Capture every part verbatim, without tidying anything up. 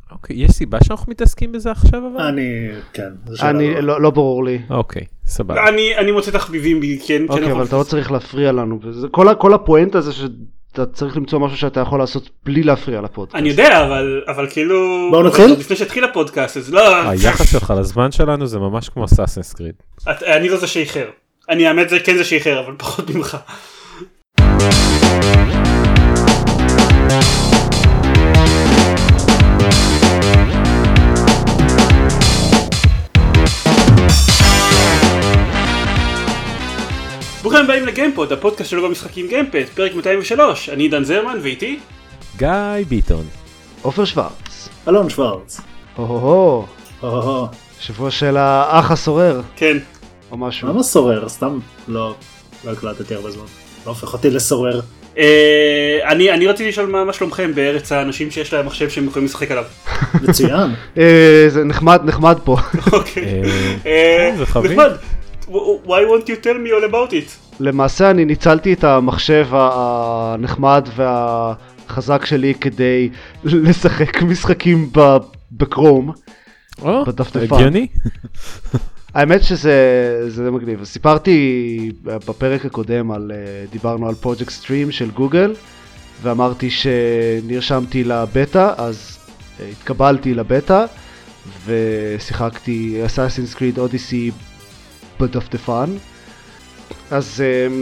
אוקיי, יש סיבה שאנחנו מתעסקים בזה עכשיו אבל? אני, כן. אני, לא, לא ברור לי. אוקיי, סבבה. אני, אני מוצא תחביבים בי, כן. אוקיי, אבל אתה לא צריך להפריע לנו. כל, כל הפואנט הזה שאתה צריך למצוא משהו שאתה יכול לעשות בלי להפריע לפודקאסט. אני יודע, אבל, אבל כאילו... בואו נתחיל? לפני שהתחיל הפודקאסט, אז לא... היחס שלך לזמן שלנו זה ממש כמו אסאסינס קריד. אני לא זה שאיחר. אני האמת זה כן זה שאיחר, אבל פחות ממך. ברוכים הבאים לגיימפוד, הפודקאסט שלו במשחקים גיימפד, פרק מאתיים ושלוש. אני דן זרמן ואיתי גיא ביטון, עופר שוורץ, אלון שוורץ. הו-הו-הו, הו-הו-הו. שבוע של האח הסורר, כן. או משהו. למה סורר? סתם לא לא הקלטתי הרבה זמן. לא הופך אותי לסורר. אה, אני אני רציתי לשאול מה מה שלומכם בארץ האנשים שיש להם מחשב שהם יכולים לשחק עליו. מצוין. אה, זה נחמד, נחמד פה. אוקיי. אה, זה חביב. נחמד. Why won't you tell me all about it? למעשה אני ניצלתי את המחשב הנחמד והחזק שלי כדי לשחק משחקים ב- בקרום. או, בדפדפן. הגיוני. האמת שזה זה מגניב. סיפרתי בפרק הקודם על, דיברנו על פרויקט סטרים של גוגל, ואמרתי שנרשמתי לבטא, אז התקבלתי לבטא, ושיחקתי Assassin's Creed Odyssey בדפדפן. אז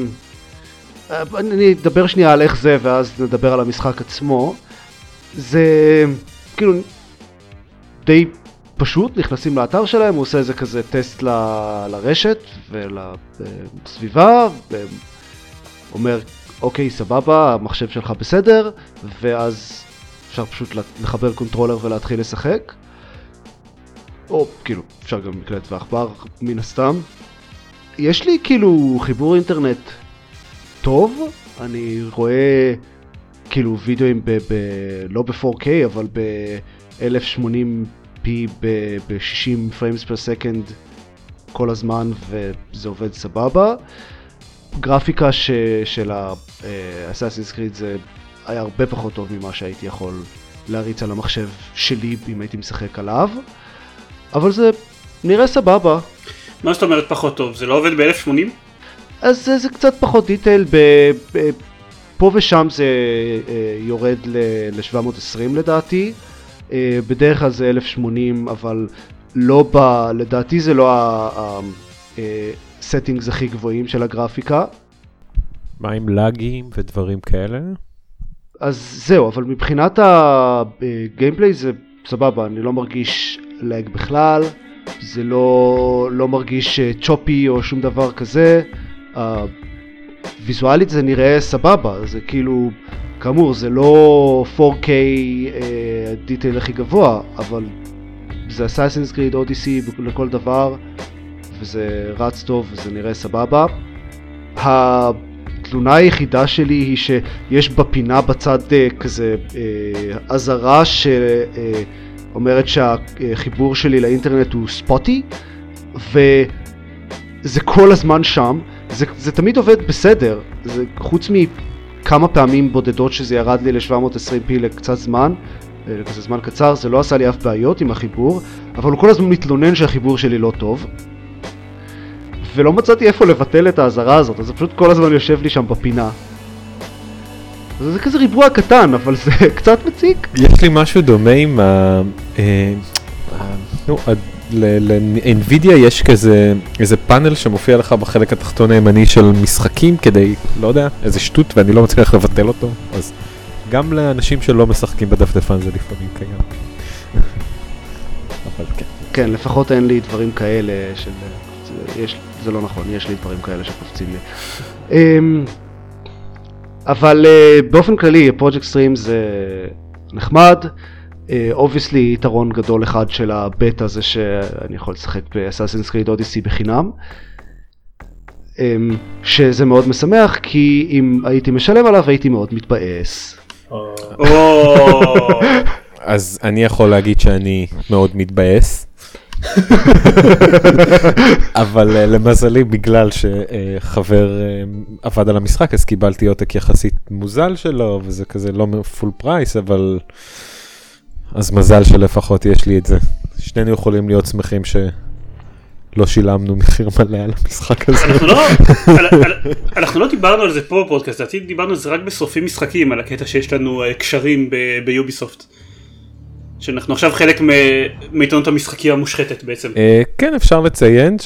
אני אדבר שנייה על איך זה, ואז נדבר על המשחק עצמו. זה כאילו די פשוט, נכנסים לאתר שלהם, הוא עושה איזה כזה טסט ל, לרשת ולסביבה, ואומר, אוקיי, סבבה, המחשב שלך בסדר, ואז אפשר פשוט לחבר קונטרולר ולהתחיל לשחק. או כאילו, אפשר גם מקלט ועכבר, מן הסתם. יש לי כאילו חיבור אינטרנט טוב, אני רואה כאילו וידאוים ב, ב, לא ב-פור קיי, אבל ב-אלף ושמונים פי ב-שישים frames per second כל הזמן, וזה עובד סבבה. גרפיקה ש, של ה-Assassin's Creed זה היה הרבה פחות טוב ממה שהייתי יכול להריץ על המחשב שלי אם הייתי משחק עליו, אבל זה נראה סבבה. מה זאת אומרת פחות טוב? זה לא עובד ב-אלף ושמונים? אז זה, זה קצת פחות דיטייל, ב, ב, פה ושם זה אה, יורד ל-שבע מאות ועשרים לדעתי, אה, בדרך כלל זה אלף ושמונים, אבל לא ב, לדעתי זה לא ה-settings הכי גבוהים של הגרפיקה. מה עם לגים ודברים כאלה? אז זהו, אבל מבחינת הגיימפליי זה סבבה, אני לא מרגיש לג בכלל, זה לא, לא מרגיש צ'ופי או שום דבר כזה. ויזואלית זה נראה סבבה, זה כאילו, כאמור, זה לא פור קיי דיטייל הכי גבוה, אבל זה Assassin's Creed Odyssey לכל דבר, וזה רץ טוב וזה נראה סבבה. התלונה היחידה שלי היא שיש בפינה בצד כזה עזרה ש... אומרת שהחיבור שלי לאינטרנט הוא ספוטי, וזה כל הזמן שם. זה, זה תמיד עובד בסדר, זה חוץ מכמה פעמים בודדות שזה ירד לי ל-שבע מאות ועשרים פי לקצת זמן, לכזה זמן קצר, זה לא עשה לי אף בעיות עם החיבור, אבל הוא כל הזמן מתלונן שהחיבור שלי לא טוב, ולא מצאתי איפה לבטל את העזרה הזאת, אז זה פשוט כל הזמן יושב לי שם בפינה. אז זה כזה ריבוע קטן, אבל זה קצת מציק. יש לי משהו דומה עם ה... נו, ל-NVIDIA יש כזה איזה פאנל שמופיע לך בחלק התחתון הימני של משחקים כדי, לא יודע, איזה שטות, ואני לא מצליח לבטל אותו, אז גם לאנשים שלא משחקים בדפדפן זה לפעמים קיים. אבל כן. כן, לפחות אין לי דברים כאלה של... יש, זה לא נכון, יש לי דברים כאלה שקופצים לי. אבל uh, באופן כללי, פרויקט סטרים זה נחמד. אובייסלי uh, יתרון גדול אחד של הבטא זה שאני יכול לשחק ב-Assassin's Creed Odyssey בחינם. Um, שזה מאוד משמח, כי אם הייתי משלם עליו הייתי מאוד מתבאס. אז אני יכול להגיד שאני מאוד מתבאס. אבל למזלי, בגלל שחבר עבד על המשחק, אז קיבלתי עותק יחסית מוזל שלו, וזה כזה לא פול פרייס, אבל אז מזל שלפחות יש לי את זה. שנינו יכולים להיות שמחים שלא שילמנו מחיר מלא על המשחק הזה. אנחנו לא, אנחנו לא דיברנו על זה פה בפודקאסט, דיברנו על זה רק בסופים משחקים, על הקטע שיש לנו קשרים ביוביסופט. שאנחנו עכשיו חלק מעיתונות המשחקים המושחתת בעצם. כן, אפשר לציין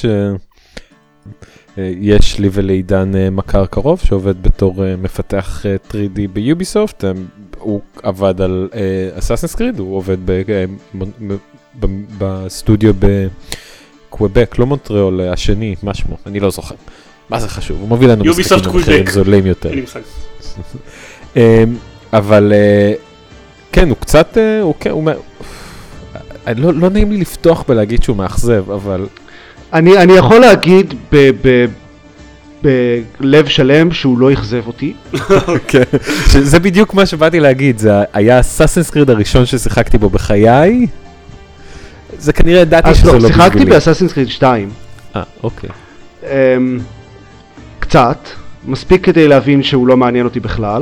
שיש לי ולעידן מכר קרוב שעובד בתור מפתח תרי די ביוביסופט. הוא עבד על אסאסינס קריד, הוא עובד בסטודיו בקוויבק, לא מונטריאול השני, מה שמו, אני לא זוכר. מה זה חשוב? הוא מביא לנו משחקים אחרים זולים יותר. אבל כן, הוא קצת, הוא כן, הוא לא, לא נעים לי לפתוח ולהגיד שהוא מאכזב, אבל... אני, אני יכול להגיד ב, ב, בלב שלם שהוא לא יחזב אותי. אוקיי. זה בדיוק מה שבאתי להגיד, זה היה אסאסינס קריד הראשון ששיחקתי בו בחיי. זה כנראה ידעתי שזה לא בשבילי. שיחקתי באסאסינס קריד שתיים. אה, אוקיי. קצת, מספיק כדי להבין שהוא לא מעניין אותי בכלל.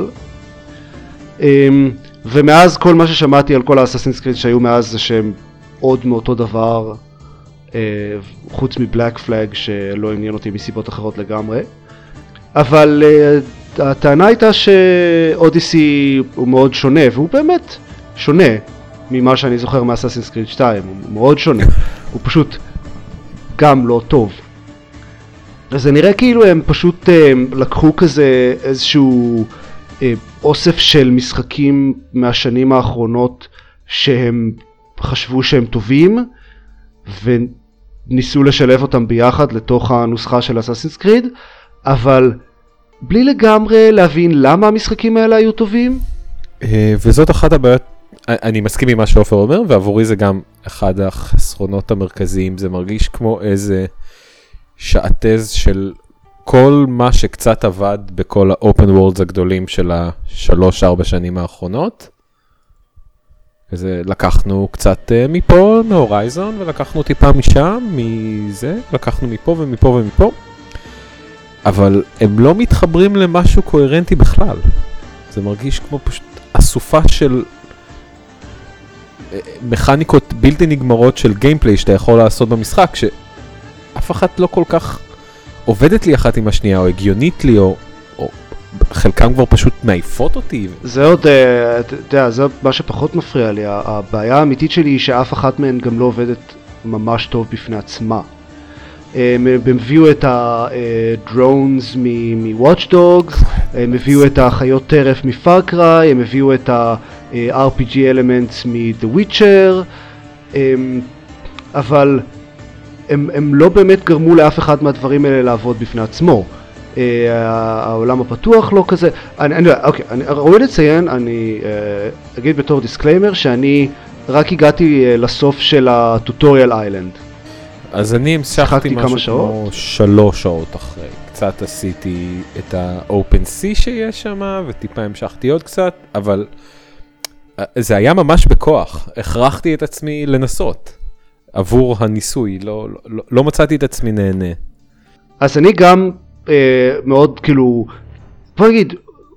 ומאז כל מה ששמעתי על כל האסאסינס קריד שהיו מאז זה שהם עוד מאותו דבר, חוץ מבלק פלאג שלא עניין אותי מסיבות אחרות לגמרי. אבל הטענה הייתה שאודיסי הוא מאוד שונה, והוא באמת שונה ממה שאני זוכר מאסאסינס קריד שתיים, הוא מאוד שונה, הוא פשוט גם לא טוב. אז זה נראה כאילו הם פשוט לקחו כזה איזשהו אוסף של משחקים מהשנים האחרונות שהם חשבו שהם טובים וניסו לשלב אותם ביחד לתוך הנוסחה של אסאסינס קריד, אבל בלי לגמרי להבין למה המשחקים האלה היו טובים. וזאת אחת הבעיות, אני מסכים עם מה שאופר אומר, ועבורי זה גם אחד החסרונות המרכזיים, זה מרגיש כמו איזה שעתז של כל מה שקצת עבד בכל האופן וורלדס הגדולים של השלוש ארבע שנים האחרונות. וזה לקחנו קצת uh, מפה, מהורייזון, ולקחנו טיפה משם, מזה, לקחנו מפה ומפה ומפה. אבל הם לא מתחברים למשהו קוהרנטי בכלל. זה מרגיש כמו פשוט אסופה של מכניקות בלתי נגמרות של גיימפליי שאתה יכול לעשות במשחק, שאף אחת לא כל כך עובדת לי אחת עם השנייה, או הגיונית לי, או, או חלקם כבר פשוט מעיפות אותי. זה עוד, אתה יודע, זה מה שפחות מפריע לי. הבעיה האמיתית שלי היא שאף אחת מהן גם לא עובדת ממש טוב בפני עצמה. הם הביאו את הדרונס מ-Watch Dogs, הם הביאו את החיות טרף מ-Far Cry, הם הביאו את ה-אר פי ג'י elements מ-The Witcher, אבל הם, הם לא באמת גרמו לאף אחד מהדברים האלה לעבוד בפני עצמו. העולם הפתוח לא כזה. אני, אני, אוקיי, אני ראוי לציין, אני אגיד בתור דיסקליימר שאני רק הגעתי לסוף של הטוטוריאל איילנד. אז אני המשכתי משהו כמו שלוש שעות אחרי. קצת עשיתי את ה-OpenSea שיש שם, וטיפה המשכתי עוד קצת, אבל זה היה ממש בכוח. הכרחתי את עצמי לנסות עבור הניסוי, לא, לא, לא מצאתי את עצמי נהנה. אז אני גם אה, מאוד כאילו, בוא נגיד,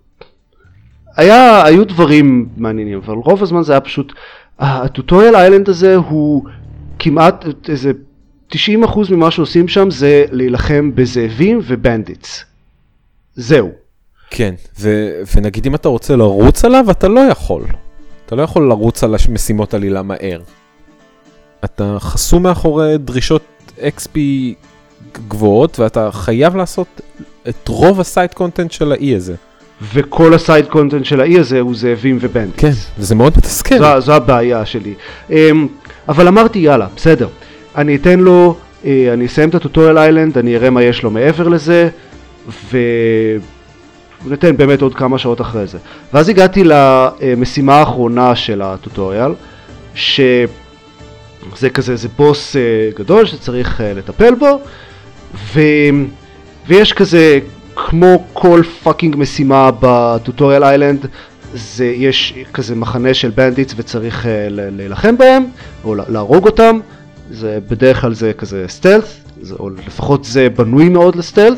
היה, היו דברים מעניינים, אבל רוב הזמן זה היה פשוט, הטוטוריאל איילנד הזה הוא כמעט איזה תשעים אחוז ממה שעושים שם זה להילחם בזאבים ובנדיטס. זהו. כן, ו- ונגיד אם אתה רוצה לרוץ עליו, אתה לא יכול. אתה לא יכול לרוץ על המשימות עלילה מהר. אתה חסום מאחורי דרישות אקס פי גבוהות, ואתה חייב לעשות את רוב הסייד קונטנט של האי הזה. וכל הסייד קונטנט של האי הזה הוא זאבים ובנדיטס. כן, וזה מאוד מתסכל. זו, זו הבעיה שלי. אבל אמרתי, יאללה, בסדר. אני אתן לו, אני אסיים את הטוטוריאל איילנד, אני אראה מה יש לו מעבר לזה, ונתן באמת עוד כמה שעות אחרי זה. ואז הגעתי למשימה האחרונה של הטוטוריאל, שזה כזה, זה בוס גדול שצריך לטפל בו, ו... ויש כזה, כמו כל פאקינג משימה בטוטוריאל איילנד, זה, יש כזה מחנה של בנדיטס וצריך להילחם בהם, או להרוג אותם. זה בדרך כלל זה כזה סטלת, או לפחות זה בנוי מאוד לסטלת.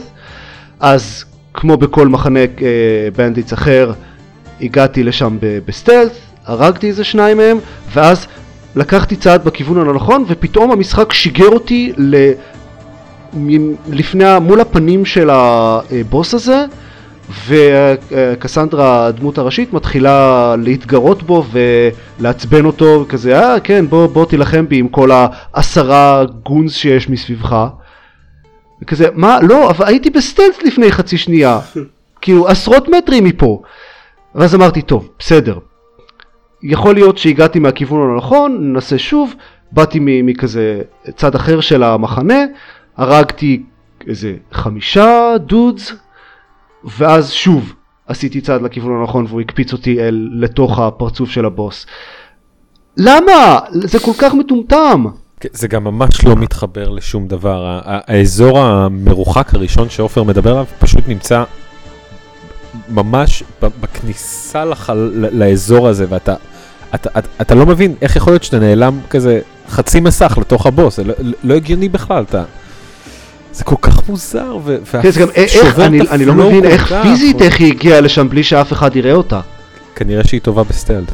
אז כמו בכל מחנה בנדיטס אחר, הגעתי לשם בסטלת, הרגתי איזה שניים מהם, ואז לקחתי צעד בכיוון הנכון, ופתאום המשחק שיגר אותי ל... לפני, מול הפנים של הבוס הזה, וקסנדרה, הדמות הראשית, מתחילה להתגרות בו ולעצבן אותו, כזה, אה, כן, בוא, בוא תילחם בי עם כל העשרה גונס שיש מסביבך. וכזה, מה? לא, אבל הייתי בסטלס לפני חצי שנייה, כאילו עשרות מטרים מפה. ואז אמרתי, טוב, בסדר. יכול להיות שהגעתי מהכיוון הנכון, ננסה שוב, באתי מכזה צד אחר של המחנה, הרגתי איזה חמישה דודס, ואז שוב עשיתי צעד לכיוון הנכון והוא הקפיץ אותי אל לתוך הפרצוף של הבוס. למה? זה כל כך מטומטם. זה גם ממש לא מתחבר לשום דבר. האזור המרוחק הראשון שאופר מדבר עליו פשוט נמצא ממש בכניסה לאזור הזה, ואתה אתה, אתה, אתה לא מבין איך יכול להיות שאתה נעלם כזה חצי מסך לתוך הבוס, זה לא, לא הגיוני בכלל, אתה... זה כל כך מוזר, ו... אני לא מבין איך פיזית איך היא הגיעה לשם בלי שאף אחד יראה אותה. כנראה שהיא טובה בסטלד.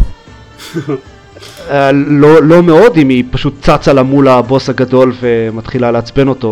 לא מאוד, אם היא פשוט צצה לה מול הבוס הגדול ומתחילה לעצבן אותו.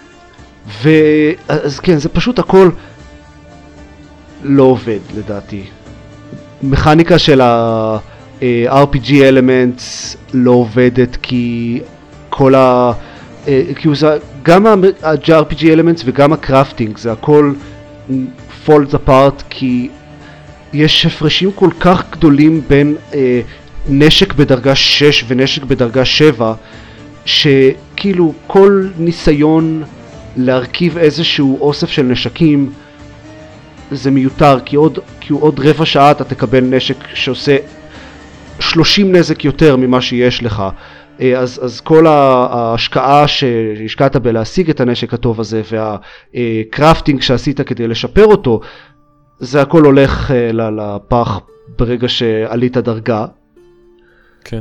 אז כן, זה פשוט הכל לא עובד לדעתי. מכניקה של ה-אר פי ג'י Elements לא עובדת כי כל ה... כי גם ה-אר פי ג'י Elements וגם הקראפטינג זה הכל falls apart כי יש הפרשים כל כך גדולים בין אה, נשק בדרגה שש ונשק בדרגה שבע שכאילו כל ניסיון להרכיב איזשהו אוסף של נשקים זה מיותר כי עוד, כי עוד רבע שעה אתה תקבל נשק שעושה שלושים נזק יותר ממה שיש לך. אז, אז כל ההשקעה שהשקעת בלהשיג את הנשק הטוב הזה והקראפטינג שעשית כדי לשפר אותו, זה הכל הולך לפח ברגע שעלית דרגה. כן.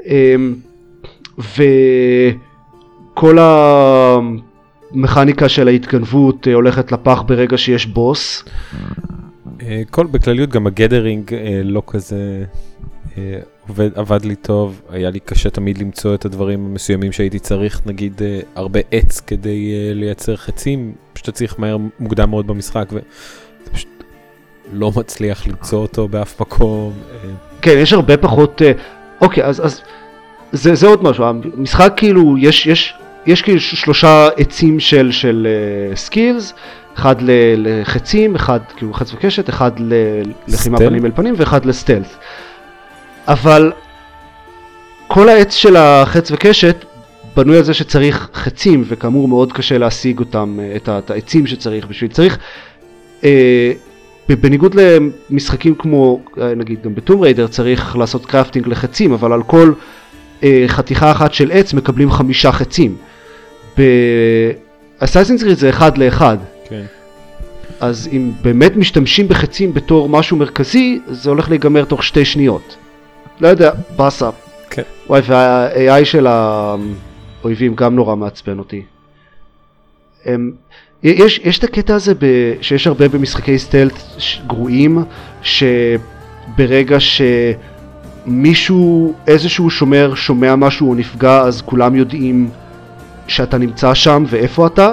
וכל המכניקה של ההתגנבות הולכת לפח ברגע שיש בוס. כל בכלליות גם הגדרינג לא כזה... עובד, עבד לי טוב, היה לי קשה תמיד למצוא את הדברים המסוימים שהייתי צריך, נגיד הרבה עץ כדי לייצר חצים, פשוט צריך מהר מוקדם מאוד במשחק, וזה פשוט לא מצליח למצוא אותו באף מקום. כן, יש הרבה פחות, אוקיי, אז, אז זה, זה עוד משהו, המשחק כאילו, יש, יש, יש כאילו שלושה עצים של, של סקילס, אחד לחצים, אחד כאילו חץ וקשת, אחד ללחימה פנים אל פנים, ואחד לסטלס. אבל כל העץ של החץ וקשת בנוי על זה שצריך חצים, וכאמור מאוד קשה להשיג אותם, את העצים שצריך בשביל. צריך, אה, בניגוד למשחקים כמו, נגיד גם בטום ריידר, צריך לעשות קראפטינג לחצים, אבל על כל אה, חתיכה אחת של עץ מקבלים חמישה חצים. באסאסינס קריד זה אחד לאחד. כן. אז אם באמת משתמשים בחצים בתור משהו מרכזי, זה הולך להיגמר תוך שתי שניות. לא יודע, בסה. כן. וואי, וה-איי איי של האויבים גם נורא מעצבן אותי. הם, יש, יש את הקטע הזה ב, שיש הרבה במשחקי סטלט גרועים, שברגע שמישהו, איזשהו שומר, שומע משהו או נפגע, אז כולם יודעים שאתה נמצא שם ואיפה אתה.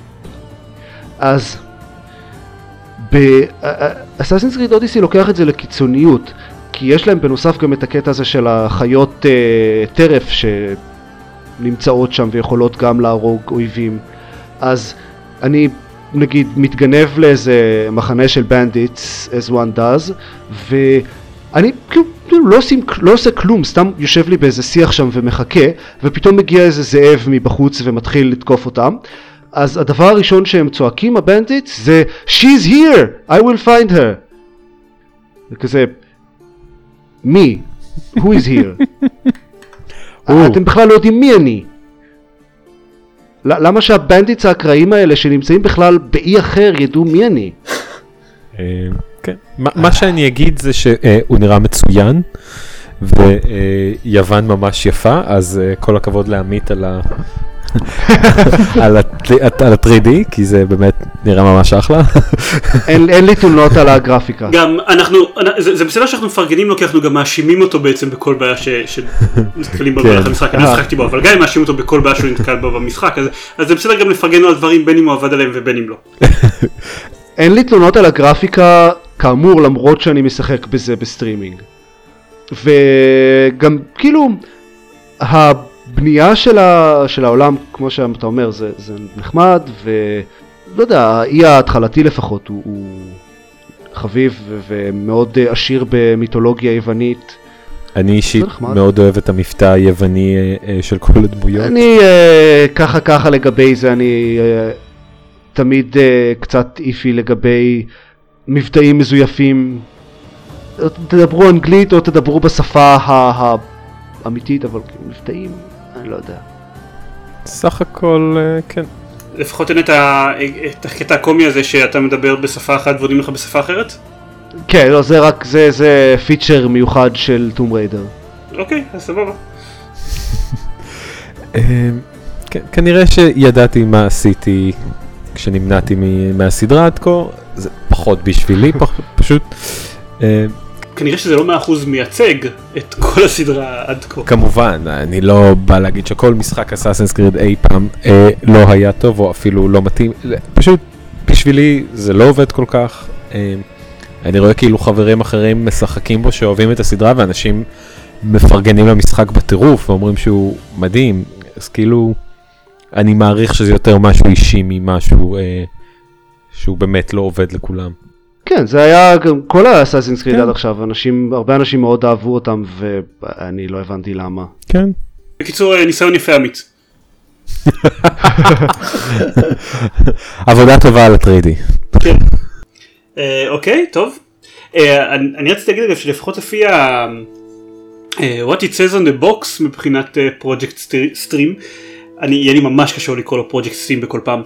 אז באסאסינס קריד אודיסי לוקח את זה לקיצוניות, כי יש להם בנוסף גם את הקטע הזה של החיות uh, טרף שנמצאות שם ויכולות גם להרוג אויבים. אז אני נגיד מתגנב לאיזה מחנה של bandits as one does, ואני כאילו לא, עושים, לא עושה כלום, סתם יושב לי באיזה שיח שם ומחכה, ופתאום מגיע איזה זאב מבחוץ ומתחיל לתקוף אותם. אז הדבר הראשון שהם צועקים, הבנדיטס, זה She's here! I will find her! וכזה, מי? Who is here? אתם בכלל לא יודעים מי אני. למה שהבנדיטס האקראיים האלה שנמצאים בכלל באי אחר ידעו מי אני? כן. מה שאני אגיד זה שהוא נראה מצוין, ויוון ממש יפה, אז כל הכבוד לעמית על על ה-תרי די, כי זה באמת נראה ממש אחלה. אין לי תלונות על הגרפיקה. גם אנחנו, זה בסדר שאנחנו מפרגנים לו, כי אנחנו גם מאשימים אותו בעצם בכל בעיה שנתקלים בו במהלך המשחק, אני שחקתי בו, אבל גם אם מאשימים אותו בכל בעיה שהוא נתקל בו במשחק, אז זה בסדר גם לפרגן לו על דברים בין אם הוא עבד עליהם ובין אם לא. אין לי תלונות על הגרפיקה, כאמור, למרות שאני משחק בזה בסטרימינג. וגם כאילו, הבנייה של, ה, של העולם, כמו שאתה אומר, זה, זה נחמד, ולא יודע, האי ההתחלתי לפחות הוא, הוא חביב ו, ומאוד עשיר במיתולוגיה יוונית. אני אישית מאוד אוהב את המבטא היווני של כל הדמויות. אני ככה ככה לגבי זה, אני תמיד קצת איפי לגבי מבטאים מזויפים. תדברו אנגלית או תדברו בשפה האמיתית, אבל מבטאים, אני לא יודע. סך הכל, כן. לפחות אין את הקטע הקומי הזה שאתה מדבר בשפה אחת ועונים לך בשפה אחרת? כן, לא, זה רק, זה, זה פיצ'ר מיוחד של טום ריידר. אוקיי, אז סבבה. כנראה שידעתי מה עשיתי כשנמנעתי מהסדרה עד כה, זה פחות בשבילי, פשוט... כנראה שזה לא מאה אחוז מייצג את כל הסדרה עד כה. כמובן, אני לא בא להגיד שכל משחק אסאסינס קריד אי פעם אה, לא היה טוב או אפילו לא מתאים, פשוט בשבילי זה לא עובד כל כך. אה, אני רואה כאילו חברים אחרים משחקים בו שאוהבים את הסדרה ואנשים מפרגנים למשחק בטירוף ואומרים שהוא מדהים, אז כאילו אני מעריך שזה יותר משהו אישי ממשהו אה, שהוא באמת לא עובד לכולם. כן, זה היה גם כל האסאסינס קריד עד עכשיו, אנשים, הרבה אנשים מאוד אהבו אותם ואני לא הבנתי למה. כן. בקיצור, ניסיון יפה עמית. עבודה טובה על ה-תרי די. כן. אוקיי, טוב. אני רציתי להגיד אגב שלפחות לפי ה... what it says on the box מבחינת פרויקט סטרים, יהיה לי ממש קשור לקרוא לו פרויקט סטרים בכל פעם.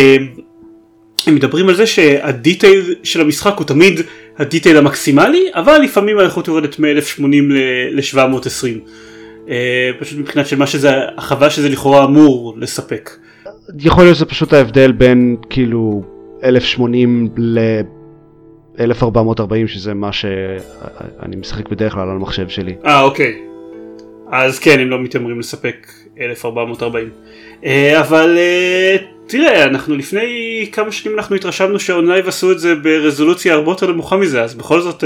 הם מדברים על זה שהדיטייל של המשחק הוא תמיד הדיטייל המקסימלי, אבל לפעמים האיכות יורדת מ-אלף שמונים ל-שבע מאות ועשרים. פשוט מבחינת של מה שזה, החוויה שזה לכאורה אמור לספק. יכול להיות שזה פשוט ההבדל בין כאילו אלף שמונים ל-אלף ארבע מאות וארבעים, שזה מה שאני משחק בדרך כלל על המחשב שלי. אה, אוקיי. אז כן, הם לא מתאמרים לספק אלף ארבע מאות וארבעים. אבל תראה, אנחנו לפני כמה שנים אנחנו התרשמנו שהאונלייב עשו את זה ברזולוציה הרבה יותר נמוכה מזה, אז בכל זאת...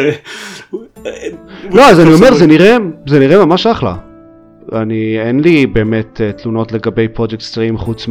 לא, אז אני אומר, זה נראה, זה נראה ממש אחלה. אני, אין לי באמת תלונות לגבי פרויקט סטרים חוץ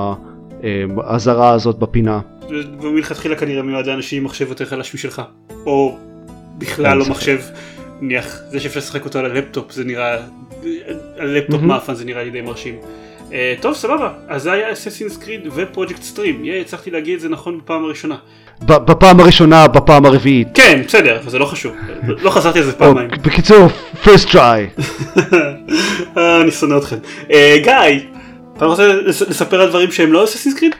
מהעזרה הזאת בפינה. ומלכתחילה כנראה מיועד לאנשים עם מחשב יותר חלש משלך, או בכלל לא מחשב, נניח, זה שאפשר לשחק אותו על הלפטופ, זה נראה, הלפטופ מאפן זה נראה לי די מרשים. טוב, סבבה, אז זה היה אסאסינס קריד ופרויקט סטרים, הצלחתי להגיד את זה נכון בפעם הראשונה. בפעם הראשונה, בפעם הרביעית. כן, בסדר, זה לא חשוב, לא חזרתי על זה פעמיים. בקיצור, first try. אני שונא אתכם. גיא, אתה רוצה לספר על דברים שהם לא אסאסינס קריד?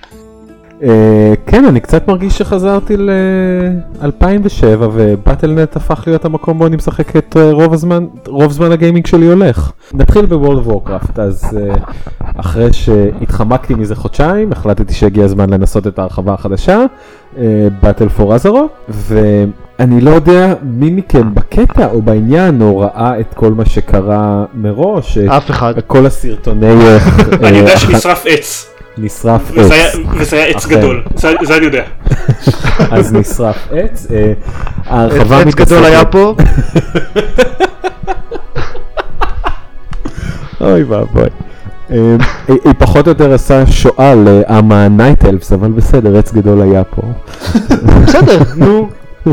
כן, אני קצת מרגיש שחזרתי ל-אלפיים ושבע ובטלנט הפך להיות המקום בו אני משחק את רוב הזמן, רוב זמן הגיימינג שלי הולך. נתחיל בוורלד אוף וורקראפט, אז אחרי שהתחמקתי מזה חודשיים, החלטתי שהגיע הזמן לנסות את ההרחבה החדשה, באטל פור אזרוט, ואני לא יודע מי מכם בקטע או בעניין או ראה את כל מה שקרה מראש. אף אחד. כל הסרטוני... אני יודע שנשרף עץ. נשרף עץ. וזה היה עץ גדול, זה אני יודע. אז נשרף עץ. עץ גדול היה פה. אוי ואבוי. היא פחות או יותר עשה שואה לעם הנייט אלפס, אבל בסדר, עץ גדול היה פה. בסדר, נו.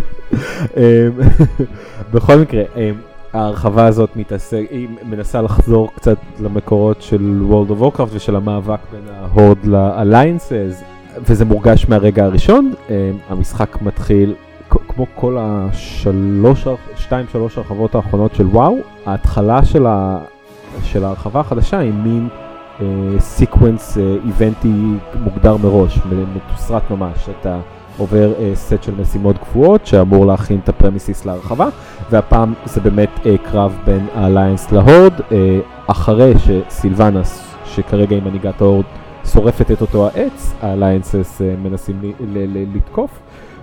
בכל מקרה, ההרחבה הזאת מתעסק, היא מנסה לחזור קצת למקורות של World of Warcraft ושל המאבק בין ההורד ל-Alliances, וזה מורגש מהרגע הראשון. המשחק מתחיל, כמו כל השלוש, שתיים שלוש הרחבות האחרונות של וואו, ההתחלה של, ה, של ההרחבה החדשה היא מין סיקוונס איבנטי מוגדר מראש, מתוסרט ממש. אתה עובר uh, סט של משימות קבועות שאמור להכין את הפרמיסיס להרחבה, והפעם זה באמת uh, קרב בין האליינס להורד, uh, אחרי שסילבנס, ש... שכרגע עם מנהיגת ההורד שורפת את אותו העץ, האליינסס מנסים לתקוף,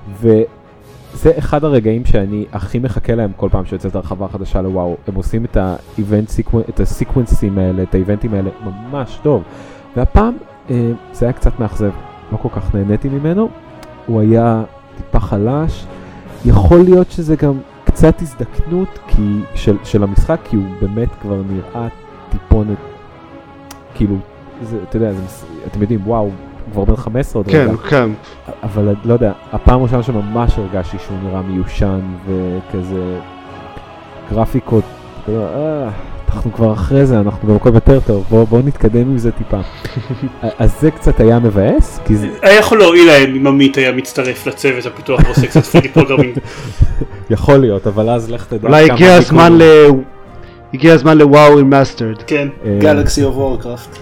וזה אחד הרגעים שאני הכי מחכה להם כל פעם שיוצאת הרחבה חדשה לוואו. הם עושים את האיבנט, את הסיקוונסים האלה, את האיבנטים האלה ממש טוב, והפעם זה היה קצת מאכזב, לא כל כך נהניתי ממנו, הוא היה טיפה חלש, יכול להיות שזה גם קצת הזדקנות כי, של, של המשחק, כי הוא באמת כבר נראה טיפונת, כאילו, זה, אתה יודע, זה, אתם יודעים, וואו, הוא כבר בן חמש עשרה עוד כן, רגע. כן. אבל לא יודע, הפעם ראשונה שממש הרגשתי שהוא נראה מיושן וכזה גרפיקות, אתה יודע, אה, אנחנו כבר אחרי זה, אנחנו במקום יותר טוב, בואו בוא נתקדם עם זה טיפה. אז זה קצת היה מבאס, כי זה... היה יכול להועיל להם אם עמית היה מצטרף לצוות הפיתוח ועושה קצת פרידי פרוגרמינג. יכול להיות, אבל אז לך תדע... אולי הגיע הזמן ל... הגיע הזמן לוואו עם מאסטרד. כן. גלקסי אוף וורקראפט.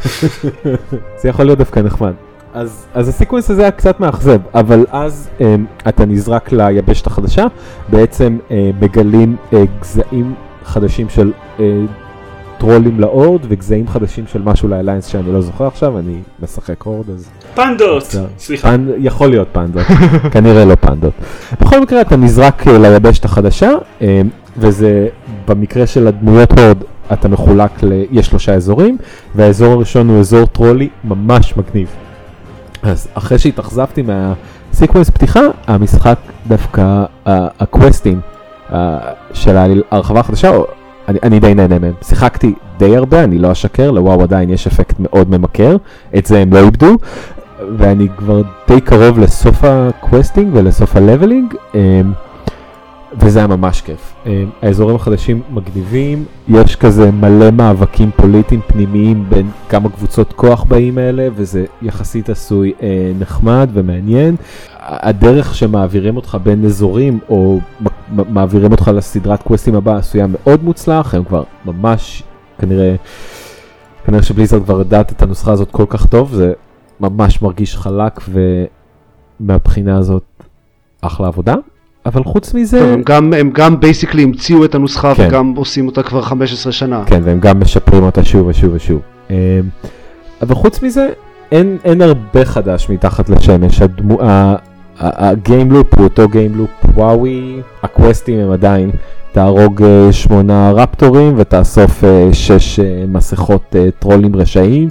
זה יכול להיות דווקא נחמד. אז, אז הסיקוונס הזה היה קצת מאכזב, אבל אז um, אתה נזרק ליבשת החדשה, בעצם uh, מגלים uh, גזעים חדשים של uh, טרולים לאורד, וגזעים חדשים של משהו לאליינס שאני לא זוכר עכשיו, אני משחק הורד, אז... פנדות! סליחה. פנד, יכול להיות פנדות, כנראה לא פנדות. בכל מקרה אתה נזרק uh, ליבשת החדשה, um, וזה במקרה של הדמויות הורד, אתה מחולק ל... יש שלושה אזורים, והאזור הראשון הוא אזור טרולי ממש מגניב. אז אחרי שהתאכזבתי מהסיקוונס פתיחה, המשחק דווקא, הקווסטים של ההרחבה החדשה, אני, אני די נהנה מהם. שיחקתי די הרבה, אני לא אשקר, לוואו עדיין יש אפקט מאוד ממכר, את זה הם לא איבדו, ואני כבר די קרוב לסוף הקווסטינג ולסוף הלבלינג, וזה היה ממש כיף. האזורים החדשים מגניבים, יש כזה מלא מאבקים פוליטיים פנימיים בין כמה קבוצות כוח באים האלה, וזה יחסית עשוי אה, נחמד ומעניין. הדרך שמעבירים אותך בין אזורים, או מעבירים אותך לסדרת קווסטים הבאה, עשויה מאוד מוצלח, הם כבר ממש, כנראה, כנראה שבליזרד כבר יודעת את הנוסחה הזאת כל כך טוב, זה ממש מרגיש חלק, ומהבחינה הזאת אחלה עבודה. אבל חוץ מזה... טוב, הם גם, הם גם בייסיקלי המציאו את הנוסחה, כן. וגם עושים אותה כבר חמש עשרה שנה. כן, והם גם משפרים אותה שוב ושוב ושוב. אבל חוץ מזה, אין, אין הרבה חדש מתחת לשמש. הדמו... הגיימלופ הוא אותו גיימלופ וואוי, הקווסטים הם עדיין, תהרוג שמונה רפטורים ותאסוף שש מסכות טרולים רשעים.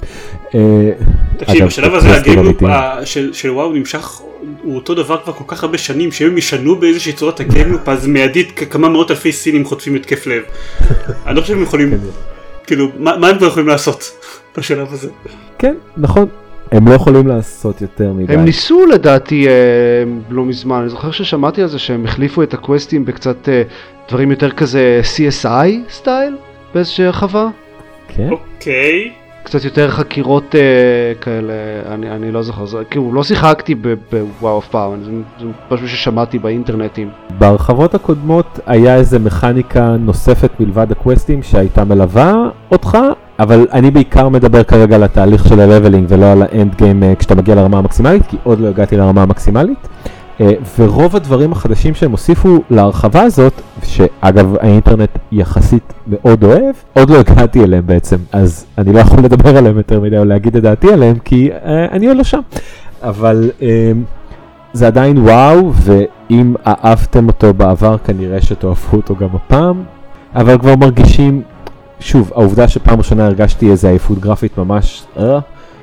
תקשיב, בשלב הזה הגיימלופ של וואו נמשך, הוא אותו דבר כבר כל כך הרבה שנים, שאם הם ישנו באיזושהי צורת הגיימלופ, אז מיידית כמה מאות אלפי סינים חוטפים התקף לב. אני לא חושב שהם יכולים, כאילו, מה הם כבר יכולים לעשות בשלב הזה? כן, נכון. הם לא יכולים לעשות יותר מדי. הם ניסו לדעתי לא מזמן, אני זוכר ששמעתי על זה שהם החליפו את הקווסטים בקצת דברים יותר כזה סי אס איי סטייל באיזושהי הרחבה. כן. אוקיי. קצת יותר חקירות כאלה, אני, אני לא זוכר, זה, כאילו לא שיחקתי בוואו אף פעם, זה, זה משהו ששמעתי באינטרנטים. בהרחבות הקודמות היה איזה מכניקה נוספת מלבד הקווסטים שהייתה מלווה אותך, אבל אני בעיקר מדבר כרגע על התהליך של הלבלינג ולא על האנד גיים כשאתה מגיע לרמה המקסימלית, כי עוד לא הגעתי לרמה המקסימלית. ורוב הדברים החדשים שהם הוסיפו להרחבה הזאת, שאגב האינטרנט יחסית מאוד אוהב, עוד לא הגעתי אליהם בעצם, אז אני לא יכול לדבר עליהם יותר מדי או להגיד את דעתי עליהם, כי אה, אני עוד לא שם. אבל אה, זה עדיין וואו, ואם אהבתם אותו בעבר כנראה שתאהבו אותו גם הפעם, אבל כבר מרגישים, שוב, העובדה שפעם ראשונה הרגשתי איזה עייפות גרפית ממש, אה,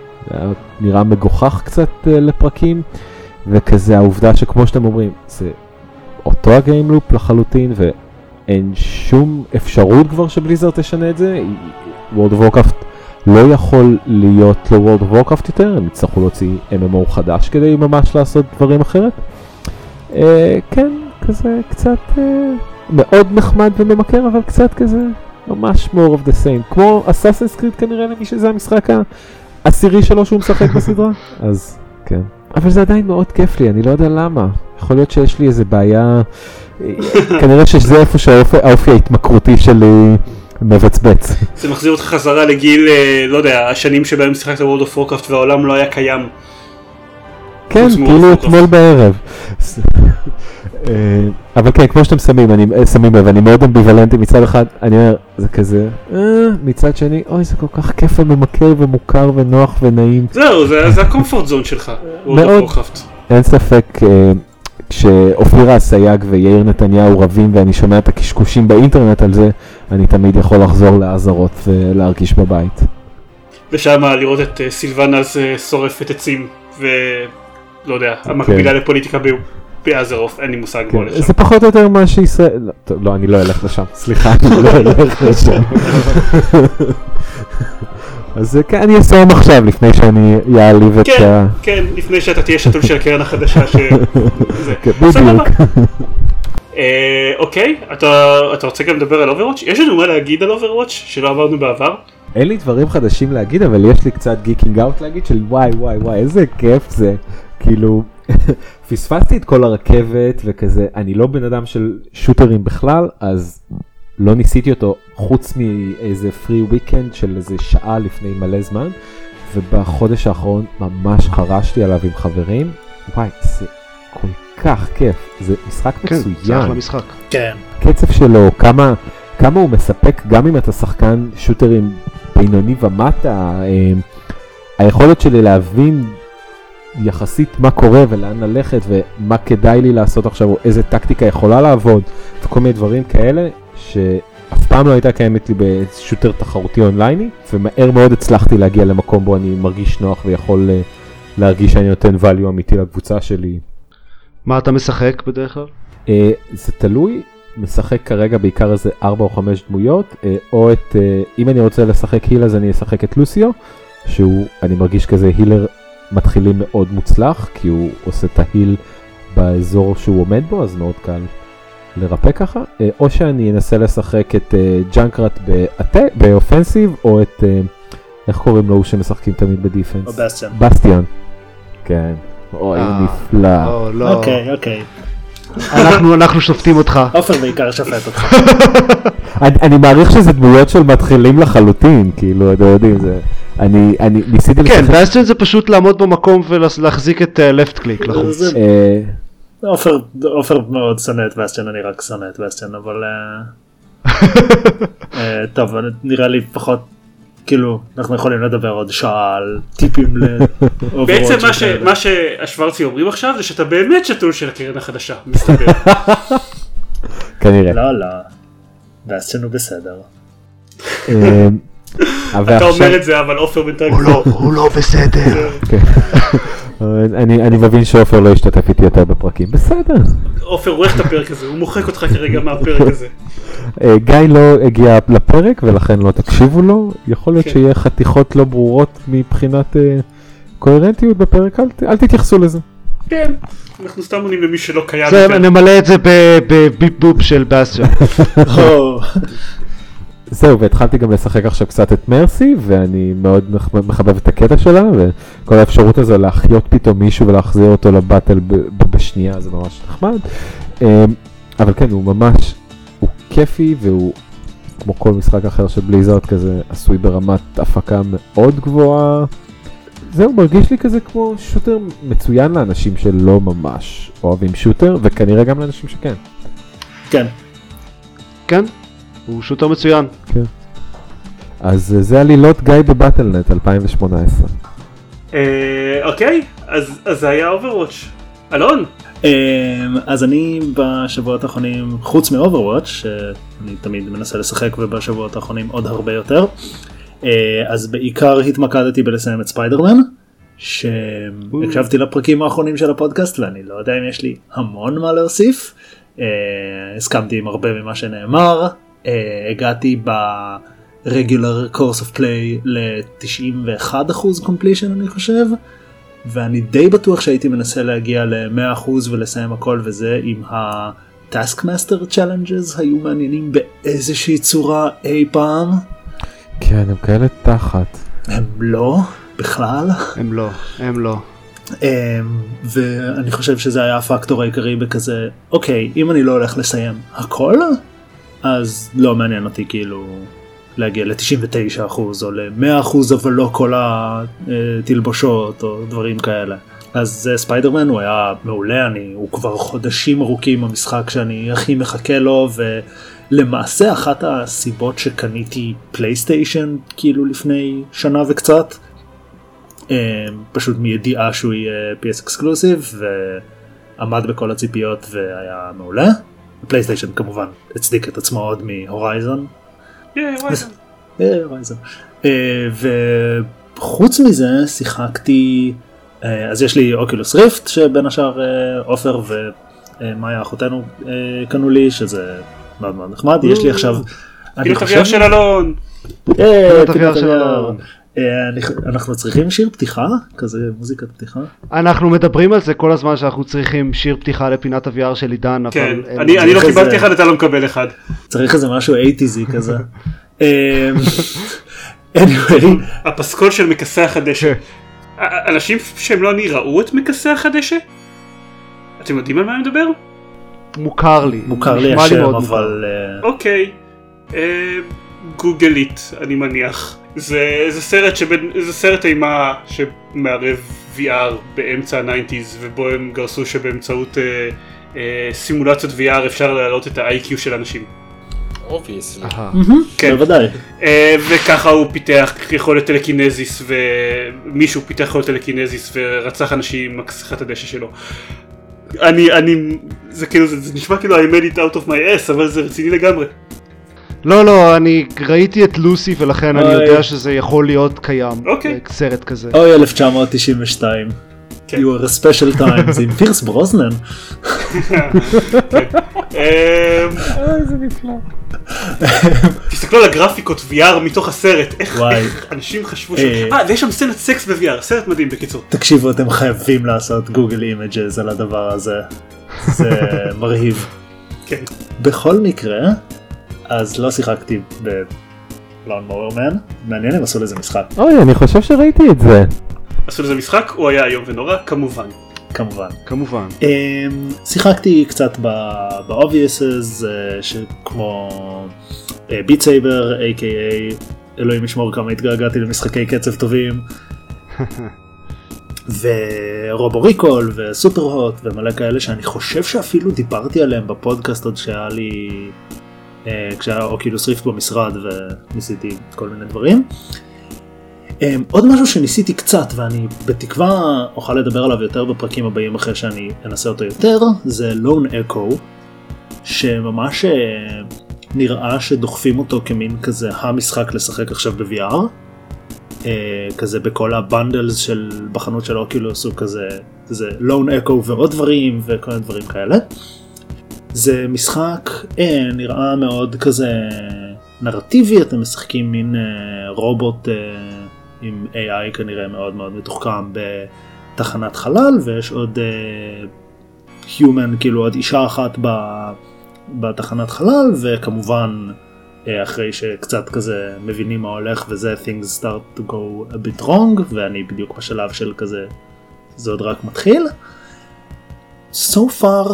נראה מגוחך קצת אה, לפרקים, וכזה העובדה שכמו שאתם אומרים, זה אותו הגיימלופ לחלוטין, ואין שום אפשרות כבר שבליזרד תשנה את זה. World of Warcraft לא יכול להיות ל-World of Warcraft יותר, הם יצטרכו להוציא אם אם או חדש כדי ממש לעשות דברים אחרת. אה, כן, כזה קצת אה, מאוד נחמד וממכר, אבל קצת כזה ממש more of the same. כמו Assassin's Creed כנראה למי שזה המשחק העשירי שלו שהוא משחק בסדרה, אז כן. אבל זה עדיין מאוד כיף לי, אני לא יודע למה. יכול להיות שיש לי איזה בעיה, כנראה שזה איפה שהאופי ההתמכרותי שלי מבצבץ. זה מחזיר אותך חזרה לגיל, לא יודע, השנים שבהם שיחקת World of Warcraft והעולם לא היה קיים. כן, כאילו אתמול בערב. אבל כן, כמו שאתם שמים, אני שמים לב, אני מאוד אמביוולנטי מצד אחד, אני אומר, זה כזה, מצד שני, אוי, זה כל כך כיף וממכר ומוכר ונוח ונעים. זהו, זה הקומפורט זון שלך. מאוד, אין ספק, כשאופירה אסייג ויאיר נתניהו רבים ואני שומע את הקשקושים באינטרנט על זה, אני תמיד יכול לחזור לעזרות ולהרגיש בבית. ושם לראות את סילבנה שורפת עצים, ולא יודע, המקבילה לפוליטיקה בעזרוף, אין לי מושג בו לשם. זה פחות או יותר מה שישראל... לא, אני לא אלך לשם, סליחה, אני לא אלך לשם. אז כן, אני אסיים עכשיו, לפני שאני יעליב את ה... כן, כן, לפני שאתה תהיה שתול של הקרן החדשה ש... בדיוק. אוקיי, אתה רוצה גם לדבר על אוברוואץ'? יש לנו מה להגיד על אוברוואץ' שלא עברנו בעבר? אין לי דברים חדשים להגיד, אבל יש לי קצת גיקינג אאוט להגיד של וואי וואי וואי, איזה כיף זה. כאילו, פספסתי את כל הרכבת וכזה, אני לא בן אדם של שוטרים בכלל, אז לא ניסיתי אותו חוץ מאיזה פרי וויקנד של איזה שעה לפני מלא זמן, ובחודש האחרון ממש חרשתי עליו עם חברים. וואי, זה כל כך כיף, זה משחק מצוין. כן, זה אחלה משחק. כן. קצב שלו, כמה, כמה הוא מספק, גם אם אתה שחקן שוטרים בינוני ומטה, היכולת שלי להבין יחסית מה קורה ולאן ללכת ומה כדאי לי לעשות עכשיו או איזה טקטיקה יכולה לעבוד וכל מיני דברים כאלה שאף פעם לא הייתה קיימת לי בשוטר תחרותי אונלייני, ומהר מאוד הצלחתי להגיע למקום בו אני מרגיש נוח ויכול להרגיש שאני נותן value אמיתי לקבוצה שלי. מה אתה משחק בדרך כלל? זה תלוי, משחק כרגע בעיקר איזה ארבע או חמש דמויות, או את, אם אני רוצה לשחק היל אז אני אשחק את לוסיו, שהוא, אני מרגיש כזה הילר מתחילים מאוד מוצלח, כי הוא עושה את ההיל באזור שהוא עומד בו, אז מאוד קל לרפא ככה, או שאני אנסה לשחק את ג'אנקראט באופנסיב, או את, איך קוראים לו שמשחקים תמיד בדיפנס? או בסטיון. בסטיון. כן. אוי, נפלא. אוקיי, אוקיי. אנחנו, אנחנו שופטים אותך. עופר בעיקר שופט אותך. אני, אני מעריך שזה דמויות של מתחילים לחלוטין, כאילו, אתם יודעים, זה... אני, אני ניסיתי... כן, בסטיון זה פשוט לעמוד במקום ולהחזיק את לפט קליק לחוץ. עופר, עופר מאוד שונא את בסטיון, אני רק שונא את בסטיון, אבל... טוב, נראה לי פחות... כאילו, אנחנו יכולים לדבר עוד שעה על טיפים לאוברוואץ'. בעצם מה שהשוורצי אומרים עכשיו זה שאתה באמת שתול של הקרן החדשה, מסתבר. כנראה. לא, לא. בסטיון הוא בסדר. אתה אומר את זה, אבל אופר בינתיים... הוא לא בסדר. אני מבין שאופר לא ישתתף איתי יותר בפרקים. בסדר. אופר רואה את הפרק הזה, הוא מוחק אותך כרגע מהפרק הזה. גיא לא הגיע לפרק ולכן לא תקשיבו לו. יכול להיות שיהיה חתיכות לא ברורות מבחינת קוהרנטיות בפרק, אל תתייחסו לזה. כן, אנחנו סתם עונים למי שלא קיים. נמלא את זה בביפ בופ של בסטיון. זהו, והתחלתי גם לשחק עכשיו קצת את מרסי, ואני מאוד מחבב את הקטע שלה, וכל האפשרות הזו להחיות פתאום מישהו ולהחזיר אותו לבטל בשנייה, זה ממש נחמד. אבל כן, הוא ממש, הוא כיפי, והוא, כמו כל משחק אחר של בליזארד כזה, עשוי ברמת הפקה מאוד גבוהה. זהו, מרגיש לי כזה כמו שוטר מצוין לאנשים שלא ממש אוהבים שוטר, וכנראה גם לאנשים שכן. כן. כן? הוא שוטר מצוין. כן. אז זה עלילות גיא בבטלנט אלפיים שמונה עשרה. אוקיי, אז זה היה אוברוואץ'. אלון? אז אני בשבועות האחרונים, חוץ מאוברוואץ', שאני תמיד מנסה לשחק ובשבועות האחרונים עוד הרבה יותר, אז בעיקר התמקדתי בלסיים את ספיידרמן, שהקשבתי לפרקים האחרונים של הפודקאסט ואני לא יודע אם יש לי המון מה להוסיף. הסכמתי עם הרבה ממה שנאמר. Uh, הגעתי ב-regular course of play ל-תשעים ואחד אחוז completion אני חושב, ואני די בטוח שהייתי מנסה להגיע ל-מאה אחוז ולסיים הכל וזה, אם ה-taskmaster challenges היו מעניינים באיזושהי צורה אי פעם. כן, הם כאלה תחת. הם לא, בכלל. הם לא, הם לא. Um, ואני חושב שזה היה הפקטור העיקרי בכזה, אוקיי, אם אני לא הולך לסיים הכל, אז לא מעניין אותי כאילו להגיע ל-תשעים ותשעה אחוז או ל-מאה אחוז אבל לא כל התלבושות או דברים כאלה. אז ספיידרמן הוא היה מעולה, אני, הוא כבר חודשים ארוכים המשחק שאני הכי מחכה לו, ולמעשה אחת הסיבות שקניתי פלייסטיישן כאילו לפני שנה וקצת, פשוט מידיעה שהוא יהיה פי אס אקסקלוסיב, ועמד בכל הציפיות והיה מעולה. פלייסטיישן כמובן הצדיק את עצמו עוד מהורייזון. יאי, הורייזון. יאי, הורייזון. וחוץ מזה שיחקתי, אז יש לי אוקילוס ריפט שבין השאר עופר ומאיה אחותנו קנו לי, שזה מאוד מאוד נחמד. יש לי עכשיו פינת אבייר של אלון. פינת אבייר של אלון. אנחנו צריכים שיר פתיחה, כזה מוזיקת פתיחה. אנחנו מדברים על זה כל הזמן שאנחנו צריכים שיר פתיחה לפינת אבייר של עידן, כן, אני לא קיבלתי אחד, אתה לא מקבל אחד. צריך איזה משהו אייטיזי כזה. הפסקול של מכסח הדשא. אנשים שהם לא אני ראו את מכסח הדשא? אתם יודעים על מה אני מדבר? מוכר לי. מוכר לי השם, אבל... אוקיי. גוגלית, אני מניח. זה, זה סרט שבין, זה סרט אימה שמערב וי אר באמצע ה-תשעים ובו הם גרסו שבאמצעות אה, אה, סימולציות וי אר אפשר להעלות את ה-איי קיו של אנשים. אובייסלי. כן, בוודאי. אה, וככה הוא פיתח יכולת טלקינזיס, ומישהו פיתח יכולת טלקינזיס ורצח אנשים עם מכסחת הדשא שלו. אני, אני, זה כאילו, זה, זה נשמע כאילו I made it out of my ass, אבל זה רציני לגמרי. לא, לא, אני ראיתי את לוסי ולכן אני יודע שזה יכול להיות קיים, סרט כזה. אוי, אלף תשע מאות תשעים ושתיים. You are a special time, זה עם פירס ברוסנן. זה נפלא. תסתכלו על הגרפיקות וי אר מתוך הסרט, איך אנשים חשבו ש... אה, ויש שם סצנת סקס ב-וי אר, סרט מדהים בקיצור. תקשיבו, אתם חייבים לעשות גוגל אימג'ז על הדבר הזה, זה מרהיב. כן. בכל מקרה, אז לא שיחקתי בלאון מורמן, מעניין אם עשו לזה משחק. אוי, אני חושב שראיתי את זה. עשו לזה משחק, הוא היה איום ונורא, כמובן. כמובן. כמובן. שיחקתי קצת ב-obviouses, שכמו ביט סייבר, איי קיי איי, אלוהים ישמור כמה התגעגעתי למשחקי קצב טובים, ורובו ריקול וסופר הוט ומלא כאלה שאני חושב שאפילו דיברתי עליהם בפודקאסט עוד שהיה לי, כשהיה אוקילוס ריפט במשרד וניסיתי כל מיני דברים. עוד משהו שניסיתי קצת ואני בתקווה אוכל לדבר עליו יותר בפרקים הבאים אחרי שאני אנסה אותו יותר, זה Lone Echo, שממש נראה שדוחפים אותו כמין כזה המשחק לשחק עכשיו ב-וי אר, כזה בכל הבנדלס של בחנות של אוקילוס הוא כזה, זה Lone Echo ועוד דברים וכל מיני דברים כאלה. זה משחק אה, נראה מאוד כזה נרטיבי, אתם משחקים מין אה, רובוט אה, עם איי איי כנראה מאוד מאוד מתוחכם בתחנת חלל, ויש עוד אה, human, כאילו עוד אישה אחת ב, בתחנת חלל, וכמובן אה, אחרי שקצת כזה מבינים מה הולך וזה, things start to go a bit wrong, ואני בדיוק בשלב של כזה, זה עוד רק מתחיל. So far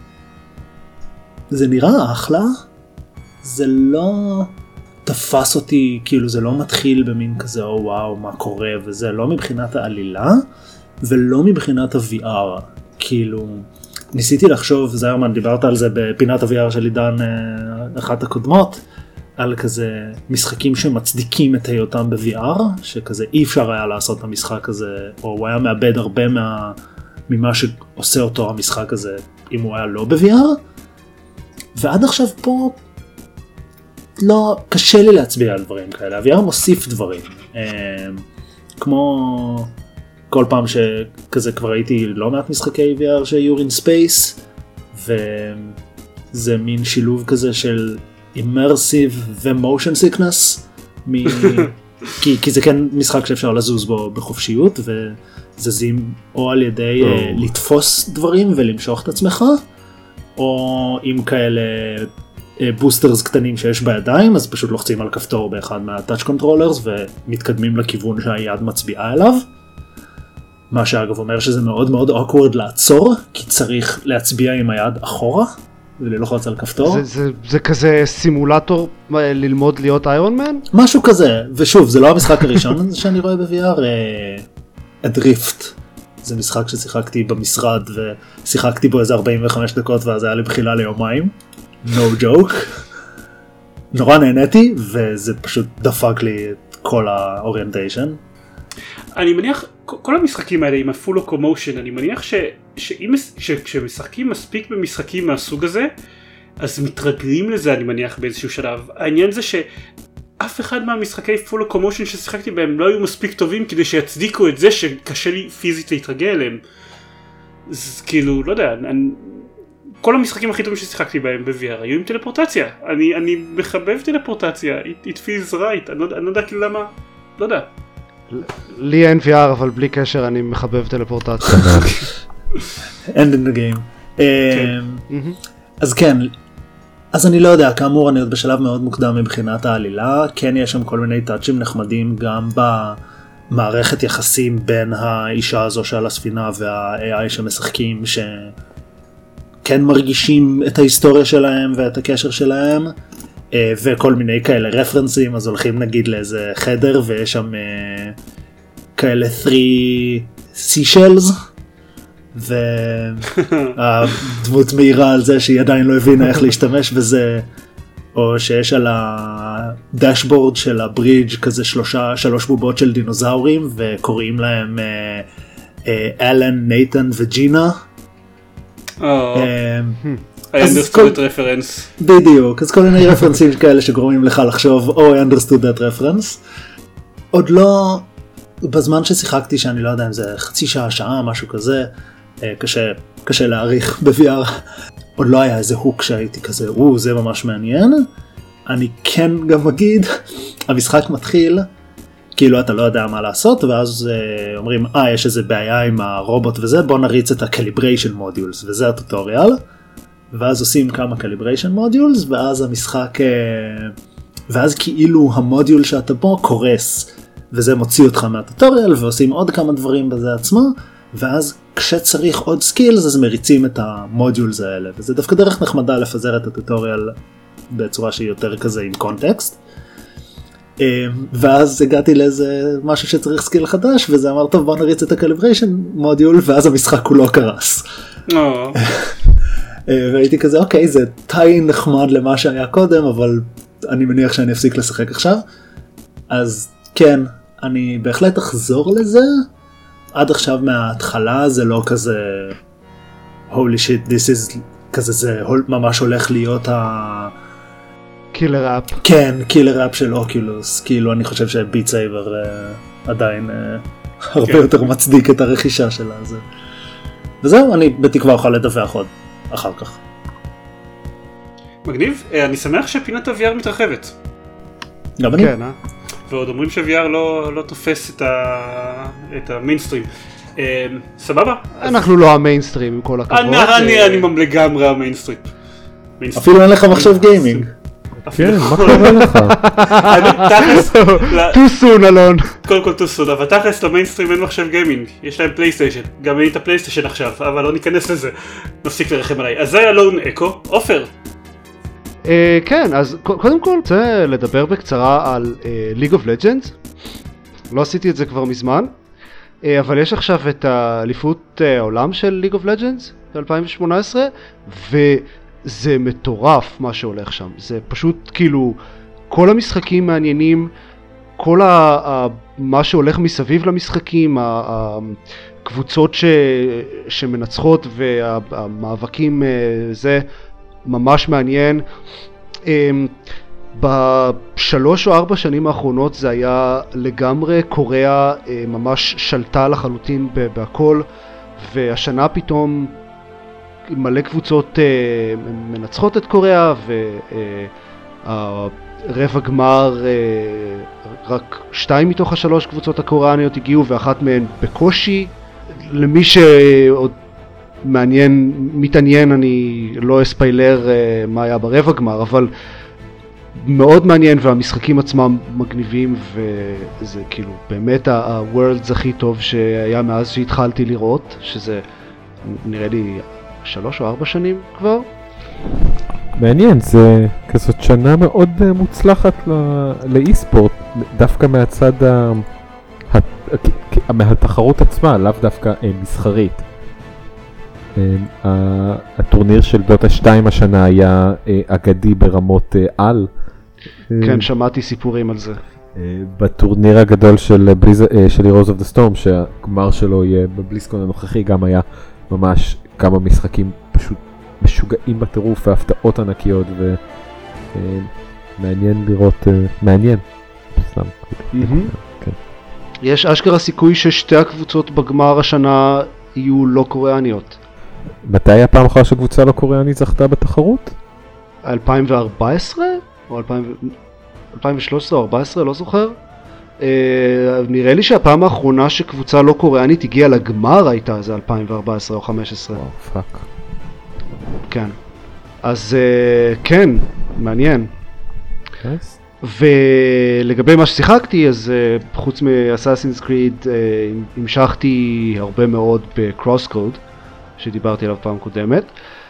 זה נראה אחלה, זה לא תפס אותי, כאילו זה לא מתחיל במין כזה, או וואו, מה קורה, וזה לא מבחינת העלילה, ולא מבחינת ה-וי אר, כאילו, ניסיתי לחשוב, זיירמן, דיברת על זה בפינת ה-וי אר של עידן, אחת הקודמות, על כזה משחקים שמצדיקים את היותם ב-וי אר, שכזה אי אפשר היה לעשות את המשחק הזה, או הוא היה מאבד הרבה מה, ממה שעושה אותו המשחק הזה, אם הוא היה לא ב-וי אר, ועד עכשיו פה לא, קשה לי להצביע על דברים כאלה. ה-וי אר מוסיף דברים, כמו כל פעם שכזה כבר הייתי לא מעט משחקי וי אר ש-You're in Space, וזה מין שילוב כזה של immersive ו-motion sickness, מ... כי, כי זה כן משחק שאפשר לזוז בו בחופשיות, וזזים או על ידי oh. לתפוס דברים ולמשוך את עצמך, או עם כאלה בוסטרס קטנים שיש בידיים, אז פשוט לוחצים על כפתור באחד מהטאץ' קונטרולרס ומתקדמים לכיוון שהיד מצביעה אליו, מה שאגב אומר שזה מאוד מאוד awkward לעצור, כי צריך להצביע עם היד אחורה וללחוץ על כפתור. זה, זה, זה כזה סימולטור ללמוד להיות איירון מן? משהו כזה, ושוב זה לא המשחק הראשון שאני רואה ב-וי אר, הדריפט זה משחק ששיחקתי במשרד ושיחקתי בו איזה ארבעים וחמש דקות ואז היה לי בחילה ליומיים. No joke. נורא נהניתי וזה פשוט דפק לי את כל האוריינטיישן. אני מניח, כל המשחקים האלה עם הפול לוקומושן, אני מניח שכשמשחקים מספיק במשחקים מהסוג הזה, אז מתרגלים לזה אני מניח באיזשהו שלב. העניין זה שאף אחד מהמשחקי פול לוקומושן ששיחקתי בהם לא היו מספיק טובים כדי שיצדיקו את זה שקשה לי פיזית להתרגל אליהם. אז כאילו, לא יודע, אני... כל המשחקים הכי טובים ששיחקתי בהם ב-וי אר היו עם טלפורטציה. אני, אני מחבב טלפורטציה, it, it feels right, אני לא, אני לא יודע כאילו למה, לא יודע. לי אין וי אר אבל בלי קשר אני מחבב טלפורטציה. end in the game. אז כן, אז אני לא יודע, כאמור אני עוד בשלב מאוד מוקדם מבחינת העלילה, כן יש שם כל מיני טאצ'ים נחמדים גם במערכת יחסים בין האישה הזו שעל הספינה וה-איי איי שמשחקים ש... כן מרגישים את ההיסטוריה שלהם ואת הקשר שלהם וכל מיני כאלה רפרנסים, אז הולכים נגיד לאיזה חדר ויש שם כאלה three seashells והדמות מהירה על זה שהיא עדיין לא הבינה איך להשתמש בזה, או שיש על הדשבורד של הברידג' כזה שלושה, שלוש בובות של דינוזאורים וקוראים להם אלן, נייתן וג'ינה. I understood reference. בדיוק, אז כל מיני רפרנסים כאלה שגורמים לך לחשוב oh I understood that reference. עוד לא, בזמן ששיחקתי שאני לא יודע אם זה חצי שעה, שעה, משהו כזה, קשה, קשה להעריך ב-וי אר, עוד לא היה איזה הוק שהייתי כזה, או זה ממש מעניין. אני כן גם אגיד, המשחק מתחיל, כאילו אתה לא יודע מה לעשות, ואז אה, אומרים, אה, יש איזה בעיה עם הרובוט וזה, בוא נריץ את ה-calibration modules, וזה הטוטוריאל, ואז עושים כמה calibration modules, ואז המשחק, אה, ואז כאילו המודיול שאתה בו קורס, וזה מוציא אותך מהטוטוריאל, ועושים עוד כמה דברים בזה עצמו, ואז כשצריך עוד סקילס, אז מריצים את המודיולס האלה, וזה דווקא דרך נחמדה לפזר את הטוטוריאל, בצורה שהיא יותר כזה עם קונטקסט. ואז הגעתי לאיזה משהו שצריך סקיל חדש, וזה אמר טוב בוא נריץ את הקליבריישן מודיול, ואז המשחק כולו קרס. והייתי כזה אוקיי זה תאי נחמד למה שהיה קודם, אבל אני מניח שאני אפסיק לשחק עכשיו. אז כן, אני בהחלט אחזור לזה. עד עכשיו מההתחלה זה לא כזה holy shit this is כזה, זה ממש הולך להיות ה... קילר אפ. כן, קילר אפ של אוקולוס, כאילו אני חושב שביט סייבר uh, עדיין uh, הרבה יותר מצדיק את הרכישה שלה. זה. וזהו, אני בתקווה אוכל לדווח עוד אחר כך. מגניב, אני שמח שפינת ה-וי אר מתרחבת. גם אני. כן, אה? ועוד אומרים ש-וי אר לא, לא תופס את, ה... את המיינסטרים. אה, סבבה? אנחנו אז... לא המיינסטרים עם כל הכבוד. אני, אני, אני לגמרי המיינסטרים. אפילו אין לך מחשב גיימינג. כן, מה קורה לך? too soon אלון. קודם כל too soon, אבל תכלס למיינסטרים אין מחשב גיימינג, יש להם פלייסטיישן, גם אין את הפלייסטיישן עכשיו, אבל לא ניכנס לזה, נפסיק לרחם עליי. אז זה היה לון אקו, עופר. כן, אז קודם כל רוצה לדבר בקצרה על League of Legends, לא עשיתי את זה כבר מזמן, אבל יש עכשיו את האליפות העולם של League of Legends ב-אלפיים שמונה עשרה, ו... זה מטורף מה שהולך שם, זה פשוט כאילו כל המשחקים מעניינים, כל ה, ה, מה שהולך מסביב למשחקים, הקבוצות ש, שמנצחות והמאבקים, זה ממש מעניין. בשלוש או ארבע שנים האחרונות זה היה לגמרי, קוריאה ממש שלטה לחלוטין בהכל, והשנה פתאום מלא קבוצות uh, מנצחות את קוריאה, והרבע גמר uh, רק שתיים מתוך השלוש קבוצות הקוריאניות הגיעו, ואחת מהן בקושי. למי שעוד מעניין, מתעניין, אני לא אספיילר uh, מה היה ברבע גמר, אבל מאוד מעניין, והמשחקים עצמם מגניבים, וזה כאילו באמת ה-Worlds הכי טוב שהיה מאז שהתחלתי לראות, שזה נראה לי שלוש או ארבע שנים כבר. מעניין, זה כזאת שנה מאוד מוצלחת לאי-ספורט, דווקא מהצד מהתחרות עצמה, לאו דווקא מסחרית. הטורניר של דוטה שתיים השנה היה אגדי ברמות על. כן, שמעתי סיפורים על זה. בטורניר הגדול של Heroes of the Storm, שהגמר שלו יהיה בבליסקון הנוכחי, גם היה ממש כמה משחקים פשוט משוגעים בטירוף והפתעות ענקיות, ומעניין לראות, מעניין. יש אשכרה סיכוי ששתי הקבוצות בגמר השנה יהיו לא קוריאניות. מתי הפעם אחרונה שקבוצה לא קוריאנית זכתה בתחרות? אלפיים וארבע עשרה? או אלפיים ושלוש עשרה או ארבע עשרה, לא זוכר. נראה לי שהפעם האחרונה שקבוצה לא קוריאנית הגיעה לגמר הייתה זה אלפיים וארבע עשרה או חמש עשרה. וואו, פאק. כן. אז כן, מעניין. ולגבי מה ששיחקתי, אז חוץ מ-Assassin's Creed המשכתי הרבה מאוד ב-Crosscode, שדיברתי עליו פעם קודמת,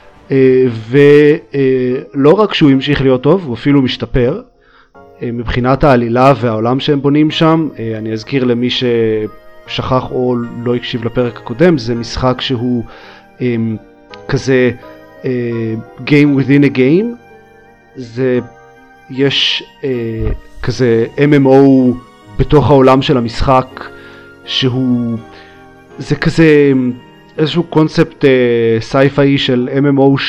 ולא רק שהוא המשיך להיות טוב, הוא אפילו משתפר. מבחינת העלילה והעולם שהם בונים שם, אני אזכיר למי ששכח או לא הקשיב לפרק הקודם, זה משחק שהוא כזה game within a game, זה יש כזה אם אם או בתוך העולם של המשחק, שהוא זה כזה איזשהו קונספט סייפיי של אם אם או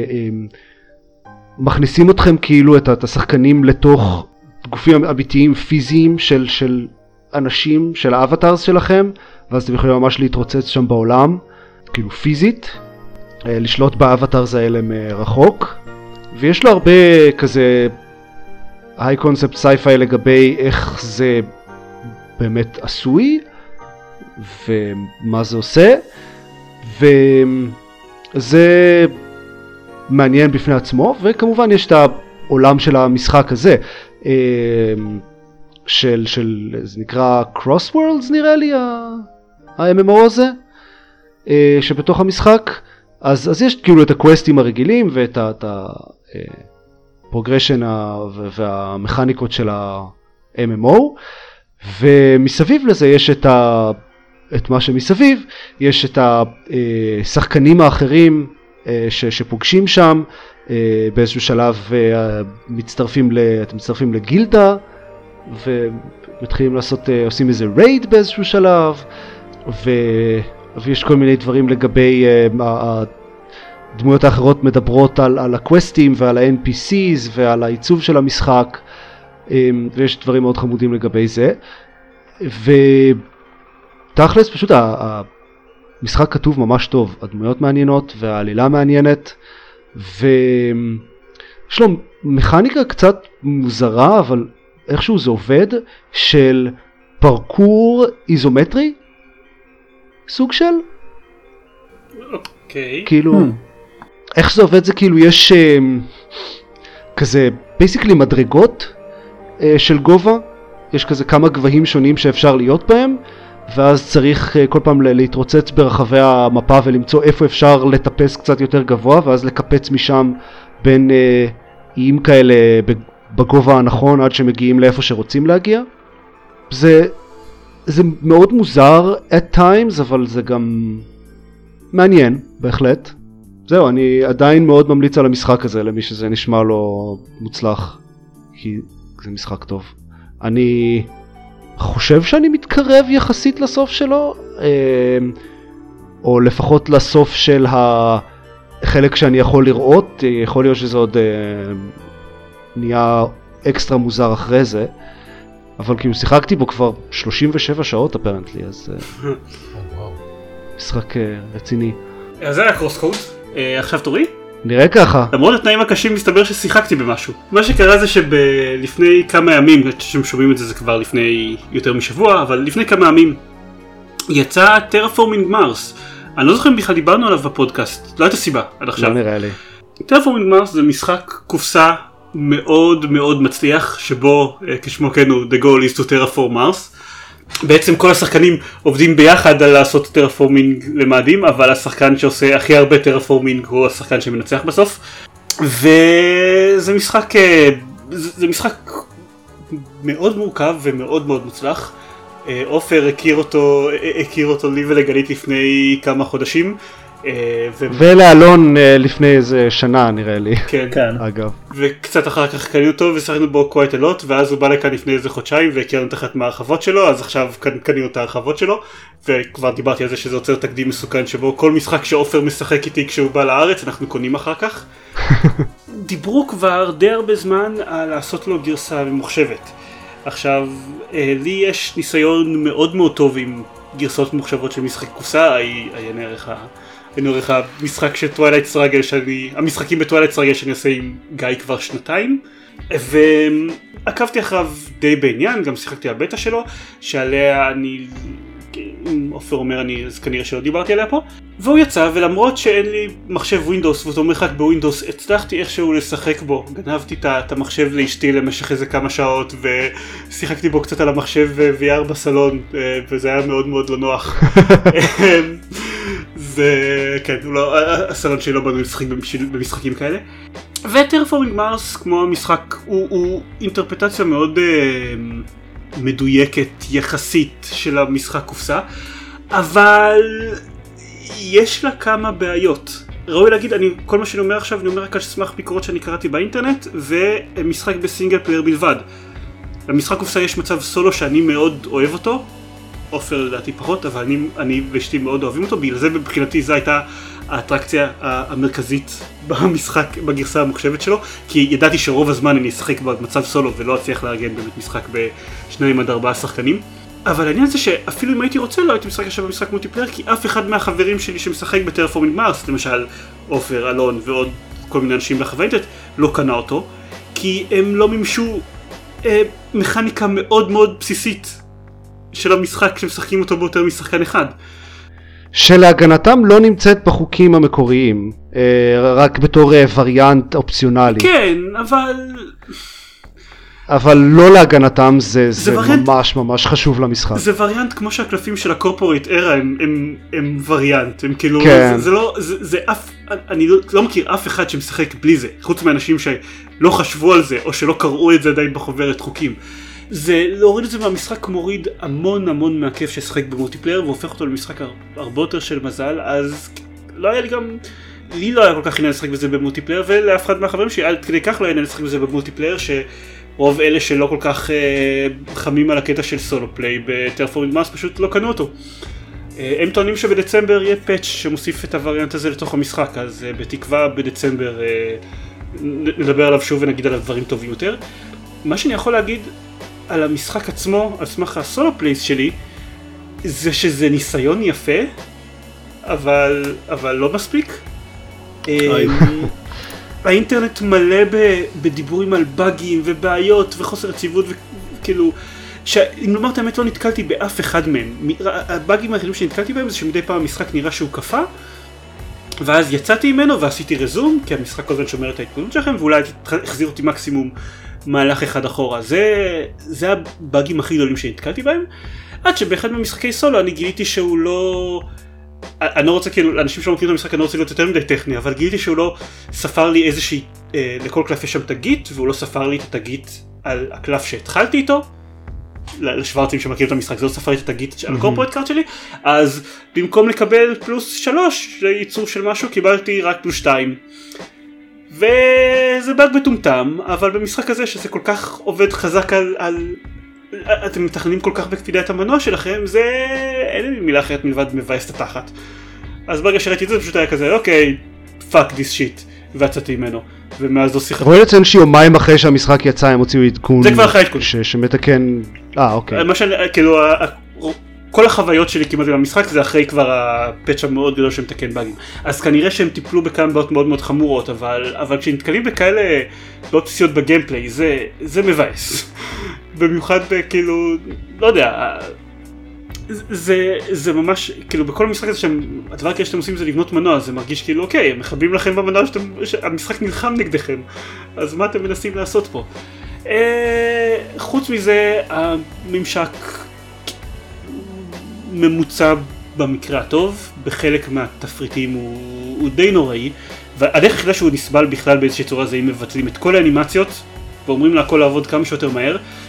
שמכניסים אתכם כאילו את השחקנים לתוך גופים אמיתיים פיזיים של, של אנשים, של האבטרס שלכם, ואז אתם יכולים ממש להתרוצץ שם בעולם, כאילו פיזית, לשלוט באבטרס האלה מרחוק, ויש לו הרבה כזה היי קונספט סייפיי לגבי איך זה באמת עשוי, ומה זה עושה, וזה מעניין בפני עצמו, וכמובן יש את העולם של המשחק הזה, של, של, זה נקרא Crossworlds נראה לי, ה-אם אם או הזה, שבתוך המשחק, אז, אז יש כאילו את הקווסטים הרגילים, ואת הפרוגרשן והמכניקות של ה-אם אם או, ומסביב לזה יש את, ה, את מה שמסביב, יש את השחקנים האחרים ש, שפוגשים שם, באיזשהו שלב מצטרפים ל, אתם מצטרפים לגילדה, ומתחילים לעשות, עושים איזה רייד באיזשהו שלב, ו... ויש כל מיני דברים לגבי uh, הדמויות האחרות מדברות על, על הקווסטים ועל ה-אן פי סיז ועל העיצוב של המשחק, um, ויש דברים מאוד חמודים לגבי זה, ותכלס פשוט המשחק כתוב ממש טוב, הדמויות מעניינות והעלילה מעניינת, ויש לו מכניקה קצת מוזרה, אבל איכשהו זה עובד, של פרקור איזומטרי, סוג של? אוקיי. כאילו, איך זה עובד? זה כאילו יש uh, כזה, basically מדרגות uh, של גובה, יש כזה כמה גבהים שונים שאפשר להיות בהם, ואז צריך uh, כל פעם להתרוצץ ברחבי המפה ולמצוא איפה אפשר לטפס קצת יותר גבוה, ואז לקפץ משם בין uh, איים כאלה בגובה הנכון עד שמגיעים לאיפה שרוצים להגיע. זה... זה מאוד מוזר at times, אבל זה גם מעניין, בהחלט. זהו, אני עדיין מאוד ממליץ על המשחק הזה, למי שזה נשמע לו מוצלח, כי זה משחק טוב. אני חושב שאני מתקרב יחסית לסוף שלו, או לפחות לסוף של החלק שאני יכול לראות, יכול להיות שזה עוד נהיה אקסטרה מוזר אחרי זה. אבל כאילו שיחקתי בו כבר שלושים ושבע שעות אפרנטלי, אז משחק רציני. אז זה היה קרוסקוד, עכשיו תורי? נראה ככה. למרות התנאים הקשים מסתבר ששיחקתי במשהו. מה שקרה זה שלפני כמה ימים, כשהם שומעים את זה זה כבר לפני יותר משבוע, אבל לפני כמה ימים יצא Terraforming Mars. אני לא זוכר אם בכלל דיברנו עליו בפודקאסט, לא הייתה סיבה עד עכשיו. לא נראה לי. Terraforming Mars זה משחק קופסה מאוד מאוד מצליח, שבו כשמו כן הוא The goal is to terraform Mars. בעצם כל השחקנים עובדים ביחד על לעשות טרפורמינג למאדים, אבל השחקן שעושה הכי הרבה טרפורמינג הוא השחקן שמנצח בסוף. וזה משחק זה משחק מאוד מורכב ומאוד מאוד מוצלח. עופר הכיר אותו, הכיר אותו לי ולגלית לפני כמה חודשים. ו... ולאלון לפני איזה שנה נראה לי. כן, כן. אגב. וקצת אחר כך קנינו אותו ושחקנו בו quite a lot, ואז הוא בא לכאן לפני איזה חודשיים והכרנו את אחת מההרחבות שלו, אז עכשיו קנינו את ההרחבות שלו, וכבר דיברתי על זה שזה יוצר תקדים מסוכן שבו כל משחק שעופר משחק איתי כשהוא בא לארץ אנחנו קונים אחר כך. דיברו כבר די הרבה זמן על לעשות לו גרסה ממוחשבת. עכשיו, לי יש ניסיון מאוד מאוד טוב עם גרסאות ממוחשבות של משחק קופסה, עיין ערך ה... היינו ערך המשחק של טווילייט סטראגל שאני, המשחקים בטווילייט סטראגל שאני עושה עם גיא כבר שנתיים, ועקבתי אחריו די בעניין, גם שיחקתי על בטא שלו, שעליה אני, אם עופר אומר אני, אז כנראה שלא דיברתי עליה פה, והוא יצא, ולמרות שאין לי מחשב ווינדוס ואותו מרחק בווינדוס, הצלחתי איכשהו לשחק בו, גנבתי את המחשב לאשתי למשך איזה כמה שעות, ושיחקתי בו קצת על המחשב וי אר בסלון, וזה היה מאוד מאוד לא נוח. זה, כן, לא, הסלון שלי לא בנו לשחק במשחקים כאלה. וטרפורמינג מארס, כמו המשחק, הוא, הוא אינטרפטציה מאוד uh, מדויקת יחסית של המשחק קופסה, אבל יש לה כמה בעיות. ראוי להגיד, אני, כל מה שאני אומר עכשיו, אני אומר רק על סמך ביקורות שאני קראתי באינטרנט, ומשחק בסינגל פלייר בלבד. למשחק קופסה יש מצב סולו שאני מאוד אוהב אותו, עופר לדעתי פחות, אבל אני, אני ואשתי מאוד אוהבים אותו, בגלל זה מבחינתי זו הייתה האטרקציה המרכזית במשחק, בגרסה המוחשבת שלו, כי ידעתי שרוב הזמן אני אשחק במצב סולו ולא אצליח לארגן באמת משחק בשניים עד ארבעה שחקנים. אבל העניין זה שאפילו אם הייתי רוצה לא הייתי משחק עכשיו במשחק מולטיפלייר, כי אף אחד מהחברים שלי שמשחק בטרפורמינג מארס, למשל עופר, אלון ועוד כל מיני אנשים בחווה אינטרנט, לא קנה אותו, כי הם לא מימשו אה, מכניקה מאוד מאוד בסיסית של המשחק שמשחקים אותו ביותר משחקן אחד. שלהגנתם לא נמצאת בחוקים המקוריים, רק בתור וריאנט אופציונלי. כן, אבל... אבל לא להגנתם, זה, זה, זה וריאנט... ממש ממש חשוב למשחק. זה וריאנט כמו שהקלפים של הקורפורייט ארה הם, הם, הם וריאנט, הם כאילו, כן. זה, זה לא, זה, זה אף, אני לא, לא מכיר אף אחד שמשחק בלי זה, חוץ מאנשים שלא חשבו על זה, או שלא קראו את זה עדיין בחוברת חוקים. זה להוריד את זה מהמשחק מוריד המון המון מהכיף ששחק במולטיפלייר והופך אותו למשחק הרבה יותר של מזל, אז לא היה לי גם, לי לא היה כל כך עניין לשחק בזה במולטיפלייר, ולאף אחד מהחברים שלי עד כדי כך לא היה עניין לשחק בזה במולטיפלייר, שרוב אלה שלא כל כך אה, חמים על הקטע של סולו פליי בטרפורמינג מארס פשוט לא קנו אותו. אה, הם טוענים שבדצמבר יהיה פאץ' שמוסיף את הווריאנט הזה לתוך המשחק, אז אה, בתקווה בדצמבר אה, נדבר עליו שוב ונגיד עליו דברים טובים יותר. מה שאני יכול להגיד על המשחק עצמו, על סמך הסולו פלייס שלי, זה שזה ניסיון יפה, אבל, אבל לא מספיק. האינטרנט מלא בדיבורים על באגים ובעיות וחוסר יציבות, וכאילו, אם לומר את האמת לא נתקלתי באף אחד מהם. הבאגים היחידים שנתקלתי בהם זה שמדי פעם המשחק נראה שהוא קפה, ואז יצאתי ממנו ועשיתי רזום, כי המשחק כל הזמן שומר את ההתקדמות שלכם, ואולי החזיר אותי מקסימום מהלך אחד אחורה. זה, זה הבאגים הכי גדולים שנתקלתי בהם, עד שבאחד מהמשחקי סולו אני גיליתי שהוא לא... אני לא רוצה, כאילו, אנשים שלא מכירים את המשחק אני לא רוצה להיות יותר מדי טכני, אבל גיליתי שהוא לא ספר לי איזושהי, אה, לכל קלף יש שם תגית, והוא לא ספר לי את התגית על הקלף שהתחלתי איתו, לשוורצים שמכירים את המשחק, זה לא ספר לי את התגית על הקורפורט קארט שלי, אז במקום לקבל פלוס שלוש לייצור של משהו, קיבלתי רק פלוס שתיים. וזה באג מטומטם, אבל במשחק הזה שזה כל כך עובד חזק על, על אתם מתכננים כל כך בקפידה את המנוע שלכם, זה אין לי מילה אחרת מלבד מבאס את התחת. אז ברגע שראיתי את זה פשוט היה כזה, אוקיי, fuck this shit, והצאתי ממנו, ומאז לא שיחקתי. רואה לציין שיומיים אחרי שהמשחק יצא הם הוציאו עדכון, זה כבר אחרי עדכון, שמתקן, אה אוקיי. מה שאני, כאילו, כל החוויות שלי כמעט במשחק זה אחרי כבר הפאץ' המאוד גדול שמתקן באגים. אז כנראה שהם טיפלו בכמה בעיות מאוד מאוד חמורות, אבל, אבל כשנתקלים בכאלה לא בסיסיות בגיימפליי, זה, זה מבאס. במיוחד בכאילו, לא יודע, זה, זה ממש, כאילו בכל המשחק הזה שהדבר הכי שאתם עושים זה לבנות מנוע, זה מרגיש כאילו אוקיי, הם מכבים לכם במנוע שאתם, שהמשחק נלחם נגדכם, אז מה אתם מנסים לעשות פה? אה, חוץ מזה, הממשק ממוצע במקרה הטוב, בחלק מהתפריטים הוא, הוא די נוראי, והדרך היחידה שהוא נסבל בכלל באיזושהי צורה זה אם מבטלים את כל האנימציות, ואומרים לה הכל לעבוד כמה שיותר מהר,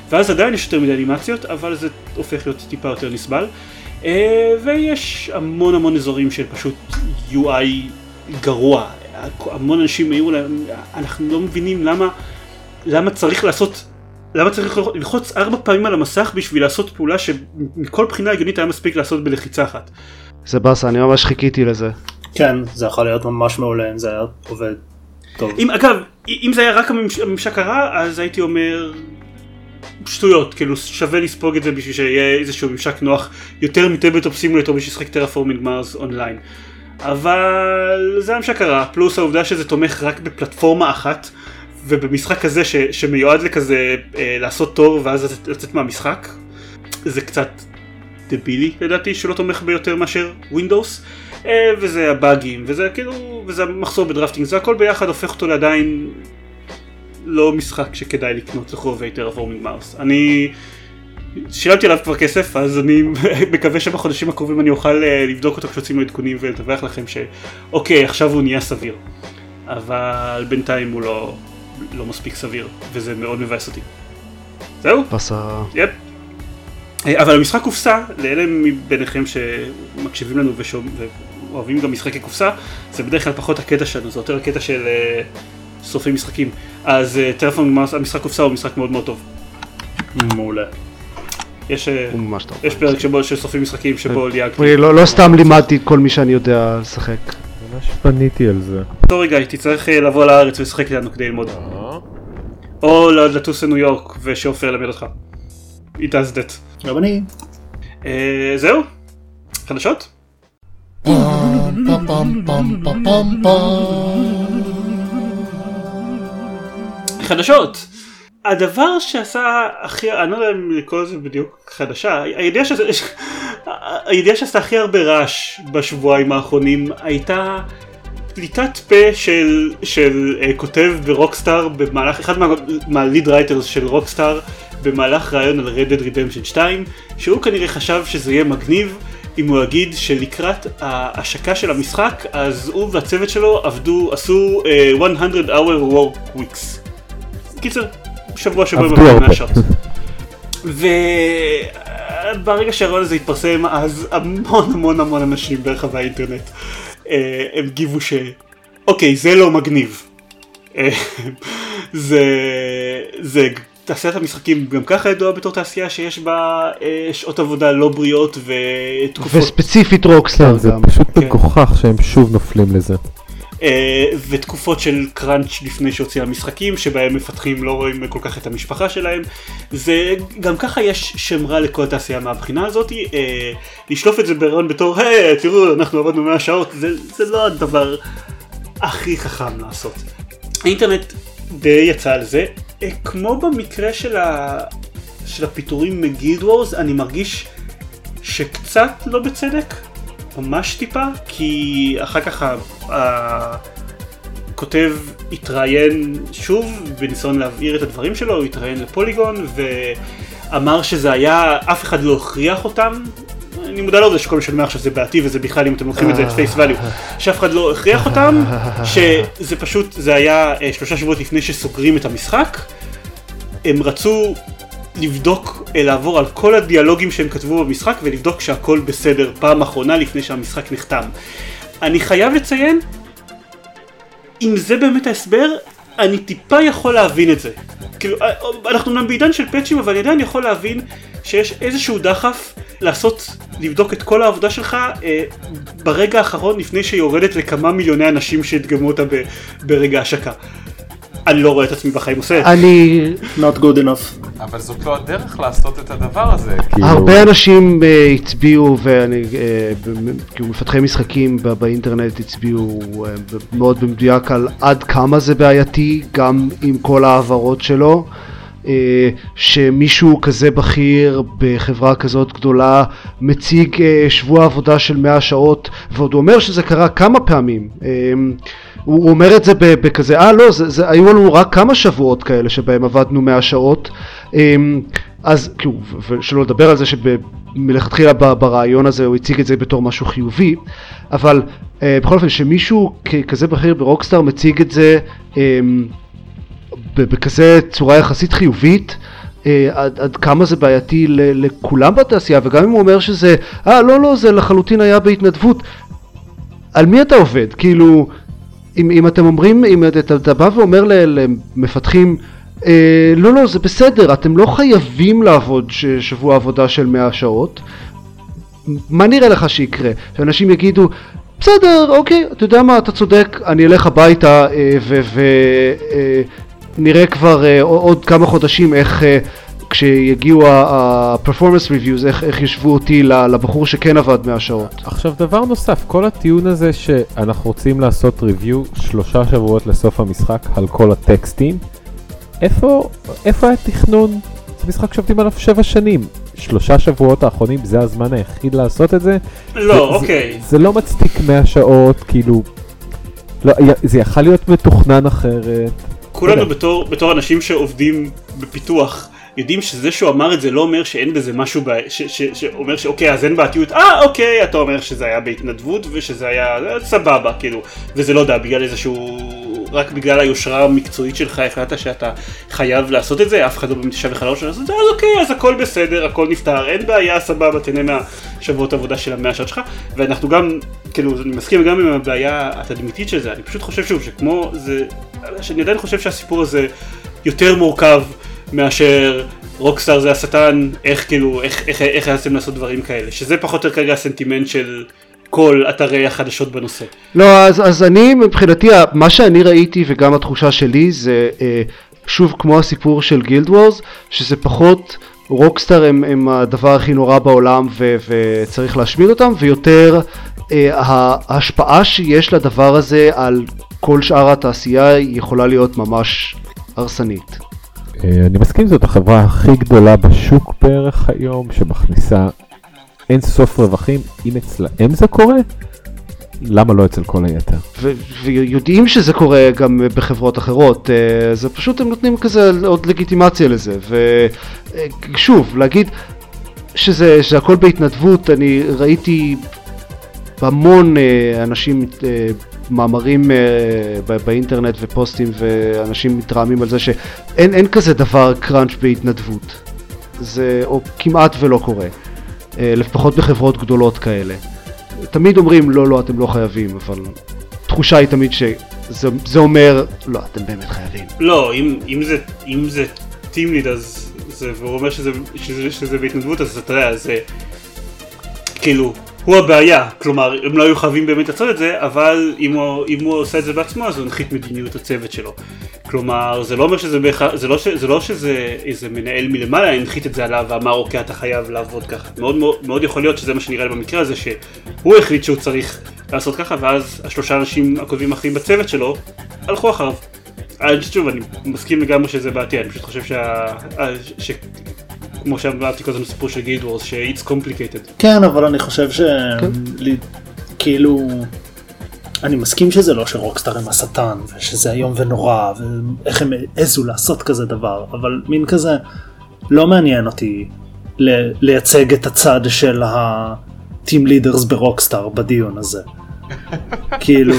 ואז עדיין יש יותר מדי אנימציות, אבל זה הופך להיות טיפה יותר נסבל. ויש המון המון אזורים של פשוט יו איי גרוע. המון אנשים העירו להם, אנחנו לא מבינים למה, למה צריך לעשות, למה צריך ללחוץ ארבע פעמים על המסך בשביל לעשות פעולה שמכל בחינה הגיונית היה מספיק לעשות בלחיצה אחת. זה בסה, אני ממש חיכיתי לזה. כן, זה יכול להיות ממש מעולה אם זה היה עובד טוב. אם, אגב, אם זה היה רק הממשק הרע, אז הייתי אומר שטויות, כאילו שווה לספוג את זה בשביל שיהיה איזשהו ממשק נוח יותר מטאבלטופ סימולטור בשביל לשחק טרפורמינג מארס אונליין. אבל זה הממשק הרע, פלוס העובדה שזה תומך רק בפלטפורמה אחת, ובמשחק כזה ש, שמיועד לכזה אה, לעשות תור ואז לצאת, לצאת מהמשחק, זה קצת דבילי לדעתי שלא תומך ביותר מאשר ווינדוס, אה, וזה הבאגים, וזה כאילו, וזה המחסור בדרפטינג, זה הכל ביחד הופך אותו לעדיין לא משחק שכדאי לקנות לחובבי טרפורמינג מארס. אני שילמתי עליו כבר כסף, אז אני מקווה שבחודשים הקרובים אני אוכל לבדוק אותו כשעושים לו עדכונים ולדווח לכם שאוקיי, עכשיו הוא נהיה סביר. אבל בינתיים הוא לא, לא מספיק סביר, וזה מאוד מבאס אותי. זהו? פסה. יפ. אבל המשחק קופסה, לאלה מביניכם שמקשיבים לנו ושום, ואוהבים גם משחקי קופסה, זה בדרך כלל פחות הקטע שלנו, זה יותר הקטע של סופי משחקים. אז טרפורמינג מארס, המשחק קופסה הוא משחק מאוד מאוד טוב. מעולה. יש, הוא ממש טוב. יש פרק שבו של סופי משחקים שבו ליאג... לא, לא סתם לימדתי את כל מי שאני יודע לשחק. ממש פניתי על זה. סורי גיא, תצטרך לבוא לארץ ולשחק איתנו כדי ללמוד. או לטוס לניו יורק ושאופר למד אותך. It does that. גם אני. זהו? חדשות? חדשות! הדבר שעשה הכי, אני לא יודע אם לקרוא לזה בדיוק חדשה, הידיעה שעשה, הידיעה שעשתה הכי הרבה רעש בשבועיים האחרונים הייתה פליטת פה של, של uh, כותב ברוקסטאר במהלך, אחד מה, מהליד רייטרס של רוקסטאר במהלך רעיון על Red Dead Redemption שתיים, שהוא כנראה חשב שזה יהיה מגניב אם הוא יגיד שלקראת ההשקה של המשחק, אז הוא והצוות שלו עבדו, עשו uh, one hundred hour work weeks. קיצר, שבוע שבוע מבוא מהשעות. וברגע שהרעיון הזה התפרסם, אז המון המון המון אנשים ברחבי האינטרנט הם גיבו ש... אוקיי, זה לא מגניב. זה... זה... תעשיית המשחקים גם ככה ידועה בתור תעשייה שיש בה שעות עבודה לא בריאות ותקופות... וספציפית רוקסטאר. זה פשוט מגוחך שהם שוב נופלים לזה. ותקופות של קראנץ' לפני שהוציאה המשחקים שבהם מפתחים לא רואים כל כך את המשפחה שלהם. זה גם ככה יש שם רע לכל התעשייה מהבחינה הזאת. לשלוף את זה ברעיון בתור היי תראו אנחנו עבדנו מאה שעות, זה, זה לא הדבר הכי חכם לעשות. האינטרנט די יצא על זה. כמו במקרה של, ה... של הפיתורים מגילד וורס, אני מרגיש שקצת לא בצדק, ממש טיפה, כי אחר כך הכותב התראיין שוב בניסיון להבהיר את הדברים שלו, הוא התראיין לפוליגון ואמר שזה היה, אף אחד לא הכריח אותם, אני מודע לו זה שכל משלמה עכשיו זה בעתי וזה בכלל אם אתם לוקחים את זה את פייס ואליו, שאף אחד לא הכריח אותם, שזה פשוט, זה היה שלושה שבועות לפני שסוגרים את המשחק, הם רצו לבדוק, לעבור על כל הדיאלוגים שהם כתבו במשחק ולבדוק שהכל בסדר פעם אחרונה לפני שהמשחק נחתם. אני חייב לציין, אם זה באמת ההסבר, אני טיפה יכול להבין את זה. כאילו, אנחנו אומנם בעידן של פאצ'ים, אבל עדיין יכול להבין שיש איזשהו דחף לעשות, לבדוק את כל העבודה שלך אה, ברגע האחרון לפני שהיא יורדת לכמה מיליוני אנשים שהדגמו אותה ב, ברגע השקה. אני לא רואה את עצמי בחיים עושה. אני... not good enough. אבל זאת לא הדרך לעשות את הדבר הזה. הרבה אנשים הצביעו, ואני, כאילו מפתחי משחקים באינטרנט הצביעו מאוד במדויק על עד כמה זה בעייתי, גם עם כל העברות שלו. שמישהו כזה בכיר בחברה כזאת גדולה מציג שבוע עבודה של מאה שעות, ועוד הוא אומר שזה קרה כמה פעמים. הוא אומר את זה בכזה, אה לא, זה, זה, היו לנו רק כמה שבועות כאלה שבהם עבדנו מאה שעות, אז כאילו, ושלא לדבר על זה שמלכתחילה ברעיון הזה הוא הציג את זה בתור משהו חיובי, אבל בכל אופן שמישהו כזה בכיר ברוקסטאר מציג את זה בכזה צורה יחסית חיובית, עד, עד כמה זה בעייתי לכולם בתעשייה, וגם אם הוא אומר שזה, אה לא לא זה לחלוטין היה בהתנדבות, על מי אתה עובד? כאילו, אם, אם אתם אומרים, אם אתה, אתה בא ואומר למפתחים, אה, לא לא זה בסדר, אתם לא חייבים לעבוד שבוע עבודה של מאה שעות, מה נראה לך שיקרה? שאנשים יגידו, בסדר, אוקיי, אתה יודע מה, אתה צודק, אני אלך הביתה ונראה כבר עוד כמה חודשים איך כשיגיעו ה-performance reviews, איך, איך ישבו אותי לבחור שכן עבד מאה שעות. עכשיו דבר נוסף, כל הטיעון הזה שאנחנו רוצים לעשות review שלושה שבועות לסוף המשחק על כל הטקסטים, איפה, איפה היה תכנון? זה משחק שעובדים עליו שבע שנים. שלושה שבועות האחרונים זה הזמן היחיד לעשות את זה? לא, זה, אוקיי. זה, זה לא מצדיק מאה שעות, כאילו, לא, זה יכול להיות מתוכנן אחרת. כולנו בתור, בתור אנשים שעובדים בפיתוח, יודעים שזה שהוא אמר את זה לא אומר שאין בזה משהו ב... ש, ש, שאומר שאוקיי, אז אין בעתיות, אה אוקיי, אתה אומר שזה היה בהתנדבות ושזה היה סבבה, כאילו, וזה לא יודע, בגלל איזשהו... רק בגלל היושרה המקצועית שלך החלטת שאתה חייב לעשות את זה, אף אחד לא באמת ישב לך לעשות את זה, אז אוקיי, אז הכל בסדר, הכל נפתר, אין בעיה, סבבה, תהנה מהשבועות עבודה של המאה שעות שלך, ואנחנו גם, כאילו, אני מסכים גם עם הבעיה התדמיתית של זה, אני פשוט חושב שוב, שכמו זה, שאני עדיין חושב שהסיפור הזה יותר מורכב מאשר רוקסטאר זה השטן, איך כאילו, איך, איך, איך הייתם לעשות דברים כאלה, שזה פחות או יותר כרגע הסנטימנט של כל אתרי החדשות בנושא. לא, אז, אז אני מבחינתי, מה שאני ראיתי וגם התחושה שלי זה שוב כמו הסיפור של גילד וורס, שזה פחות רוקסטאר הם, הם הדבר הכי נורא בעולם ו, וצריך להשמיד אותם, ויותר ההשפעה שיש לדבר הזה על כל שאר התעשייה יכולה להיות ממש הרסנית. אני מסכים, זאת החברה הכי גדולה בשוק בערך היום, שמכניסה אין סוף רווחים. אם אצלהם זה קורה, למה לא אצל כל היתר? ו- ויודעים שזה קורה גם בחברות אחרות, זה פשוט הם נותנים כזה עוד לגיטימציה לזה, ושוב, להגיד שזה, שזה הכל בהתנדבות, אני ראיתי המון אנשים, מאמרים באינטרנט ופוסטים ואנשים מתרעמים על זה שאין אין כזה דבר קראנץ' בהתנדבות, זה או כמעט ולא קורה, לפחות בחברות גדולות כאלה. תמיד אומרים לא לא אתם לא חייבים, אבל תחושה היא תמיד שזה זה אומר לא אתם באמת חייבים. לא, אם, אם זה אם זה טים ליד אז זה, והוא אומר שזה, שזה, שזה בהתנדבות, אז אתה יודע, זה כאילו הוא הבעיה, כלומר הם לא היו חייבים באמת לעשות את זה, אבל אם הוא, אם הוא עושה את זה בעצמו אז הוא הנחית מדיניות הצוות שלו. כלומר זה לא אומר שזה בהכרח, זה לא, ש, זה לא שזה איזה מנהל מלמעלה הנחית את זה עליו ואמר אוקיי אתה חייב לעבוד ככה. מאוד, מאוד, מאוד יכול להיות שזה מה שנראה לי במקרה הזה, שהוא החליט שהוא צריך לעשות ככה, ואז השלושה אנשים הכותבים אחרים בצוות שלו הלכו אחריו. שוב, אני מסכים לגמרי שזה בעתי, אני פשוט חושב שה... ש... כמו שאמרתי קודם סיפור של גילד וורס, ש-it's complicated. כן, אבל אני חושב ש... לי... כאילו... אני מסכים שזה לא שרוקסטאר הם השטן, ושזה היום ונורא, ואיך הם עזו לעשות כזה דבר, אבל מין כזה לא מעניין אותי ל- לייצג את הצד של ה-team leaders ברוקסטאר בדיון הזה. כאילו,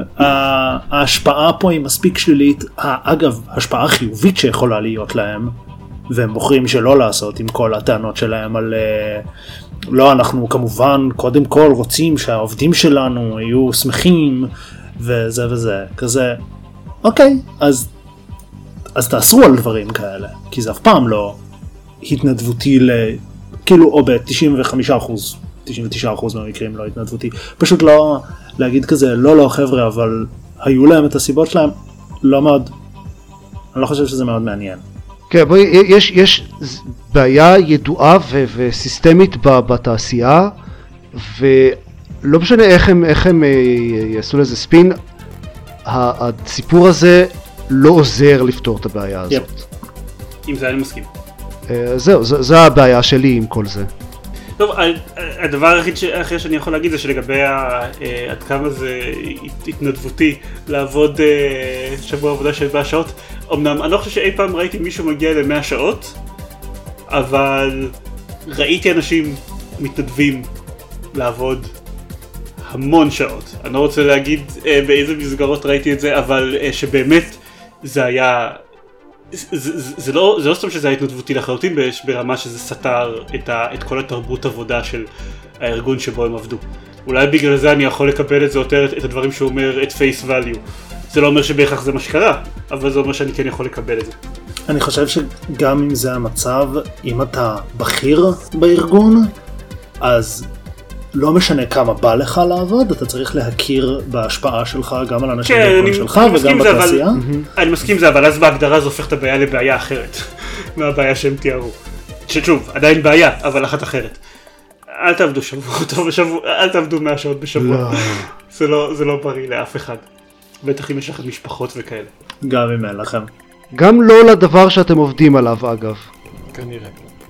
ההשפעה פה היא מספיק שלילית, אגב, השפעה חיובית שיכולה להיות להם, והם בוחרים שלא לעשות עם כל הטענות שלהם על... לא, אנחנו כמובן קודם כל רוצים שהעובדים שלנו יהיו שמחים וזה וזה, כזה, אוקיי, אז, אז תאסרו על דברים כאלה, כי זה אף פעם לא התנדבותי, ל, כאילו, או ב-תשעים וחמישה אחוז, תשעים ותשעה אחוז מהמקרים לא התנדבותי, פשוט לא להגיד כזה, לא, לא חבר'ה, אבל היו להם את הסיבות שלהם, לא מאוד, אני לא חושב שזה מאוד מעניין. כן, בואי, יש, יש בעיה ידועה ו- וסיסטמית בתעשייה, ולא משנה איך הם, איך הם יעשו לזה ספין, הסיפור הזה לא עוזר לפתור את הבעיה הזאת. Yep. עם זה אני מסכים. זהו, זו, זו הבעיה שלי עם כל זה. טוב, הדבר היחיד אחר שאני יכול להגיד זה שלגבי עד כמה זה התנדבותי לעבוד שבוע עבודה של מאה שעות, אמנם אני לא חושב שאי פעם ראיתי מישהו מגיע ל-מאה שעות, אבל ראיתי אנשים מתנדבים לעבוד המון שעות. אני לא רוצה להגיד באיזה מסגרות ראיתי את זה, אבל שבאמת זה היה זה, זה, זה לא, זה לא סתם שזה היה התנדבותי לחלוטין, ברמה שזה סתר את, ה, את כל התרבות עבודה של הארגון שבו הם עבדו. אולי בגלל זה אני יכול לקבל את זה יותר, את הדברים שהוא אומר, את face value. זה לא אומר שבהכרח זה מה שקרה, אבל זה אומר שאני כן יכול לקבל את זה. אני חושב שגם אם זה המצב, אם אתה בכיר בארגון, אז לא משנה כמה בא לך לעבוד, אתה צריך להכיר בהשפעה שלך גם על אנשים בארגון שלך וגם בתעשייה. אני מסכים זה, אבל אז בהגדרה זה הופך את הבעיה לבעיה אחרת מהבעיה שהם תיארו. ששוב, עדיין בעיה, אבל אחת אחרת. אל תעבדו שבוע טוב בשבוע, אל תעבדו מאה שעות בשבוע. זה לא, זה לא בריא לאף אחד. בטח אם יש לכם משפחות וכאלה. גם אם אין לכם. גם לא לדבר שאתם עובדים עליו אגב. כנראה.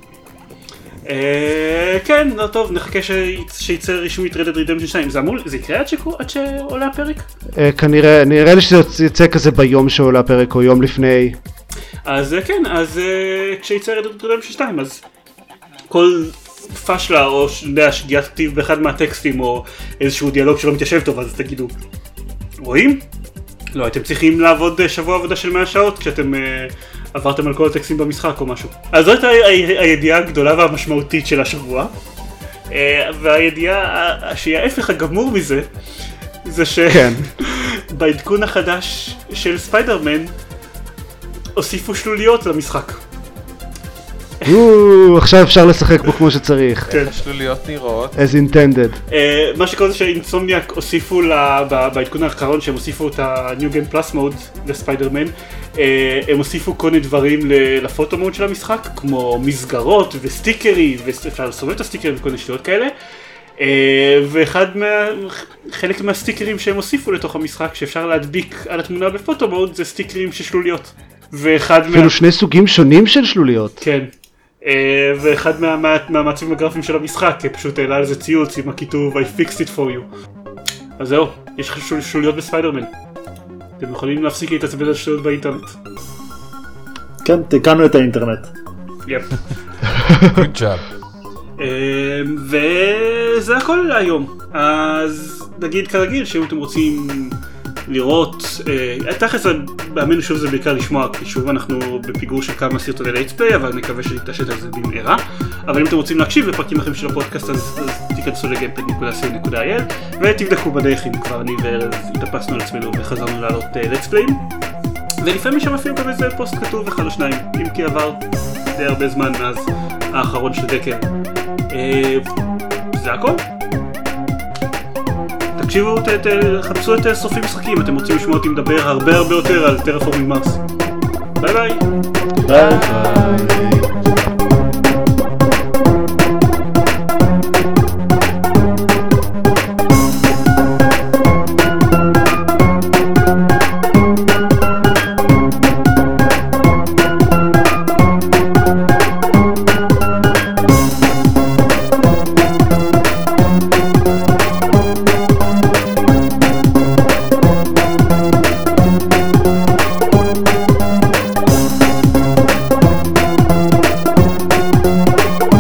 כן, לא טוב, נחכה שיצא רשמית Red Dead Redemption שתיים. זה אמור, זה יקרה עד שעולה הפרק? כנראה, נראה לי שזה יצא כזה ביום שעולה הפרק או יום לפני. אז כן, אז כשיצא Red Dead Redemption שתיים, אז כל פשלה או שגיאת כתיב באחד מהטקסטים או איזשהו דיאלוג שלא מתיישב טוב, אז תגידו, רואים? לא, הייתם צריכים לעבוד שבוע עבודה של מאה שעות כשאתם uh, עברתם על כל הטקסטים במשחק או משהו. אז זאת הידיעה הגדולה והמשמעותית של השבוע. Uh, והידיעה שהיא ההפך הגמור מזה, זה שבעדכון החדש של ספיידרמן הוסיפו שלוליות למשחק. עכשיו אפשר לשחק בו כמו שצריך. כן, שלוליות נראות. As intended. מה שקורה זה שאינסומניאק הוסיפו בעדכון האחרון שהם הוסיפו את ה-New Game Plus Mode לספיידרמן, הם הוסיפו כל מיני דברים לפוטו מוד של המשחק, כמו מסגרות וסטיקרים, ואפשר לסובב את הסטיקרים וכל מיני שטויות כאלה. ואחד מה... חלק מהסטיקרים שהם הוסיפו לתוך המשחק שאפשר להדביק על התמונה בפוטו מוד זה סטיקרים של שלוליות. ואחד מה... אפילו שני סוגים שונים של שלוליות. כן. ואחד מהמעצבים הגרפיים של המשחק פשוט העלה לזה ציוץ עם הכיתוב I fixed it for you. אז זהו, יש שלוליות בספיידרמן. אתם יכולים להפסיק להתעצבן על שטויות באינטרנט. כן, תיקנו את האינטרנט. יפ. Good job. וזה הכל להיום. אז נגיד כרגיל שאם אתם רוצים לראות, תכף באמנו שוב זה בעיקר לשמוע, כי שוב אנחנו בפיגור של כמה סרטוני לייטספליי, אבל נקווה שתתעשת על זה במהרה. אבל אם אתם רוצים להקשיב לפרקים אחרים של הפודקאסט, אז תיכנסו לגיימפד נקודה סי או נקודה איי אל ותבדקו בדרך אם כבר אני וארז התאפסנו על עצמנו וחזרנו לעלות לייטספליים. ולפעמים שם אפילו גם איזה פוסט כתוב אחד או שניים, אם כי עבר די הרבה זמן מאז האחרון של דקל. זה הכל. תקשיבו, חפשו את שורפים משחקים, אתם רוצים לשמוע אותי מדבר הרבה הרבה יותר על טרפורמינג מרס. ביי ביי. ביי.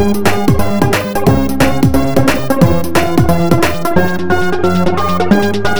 Thank you.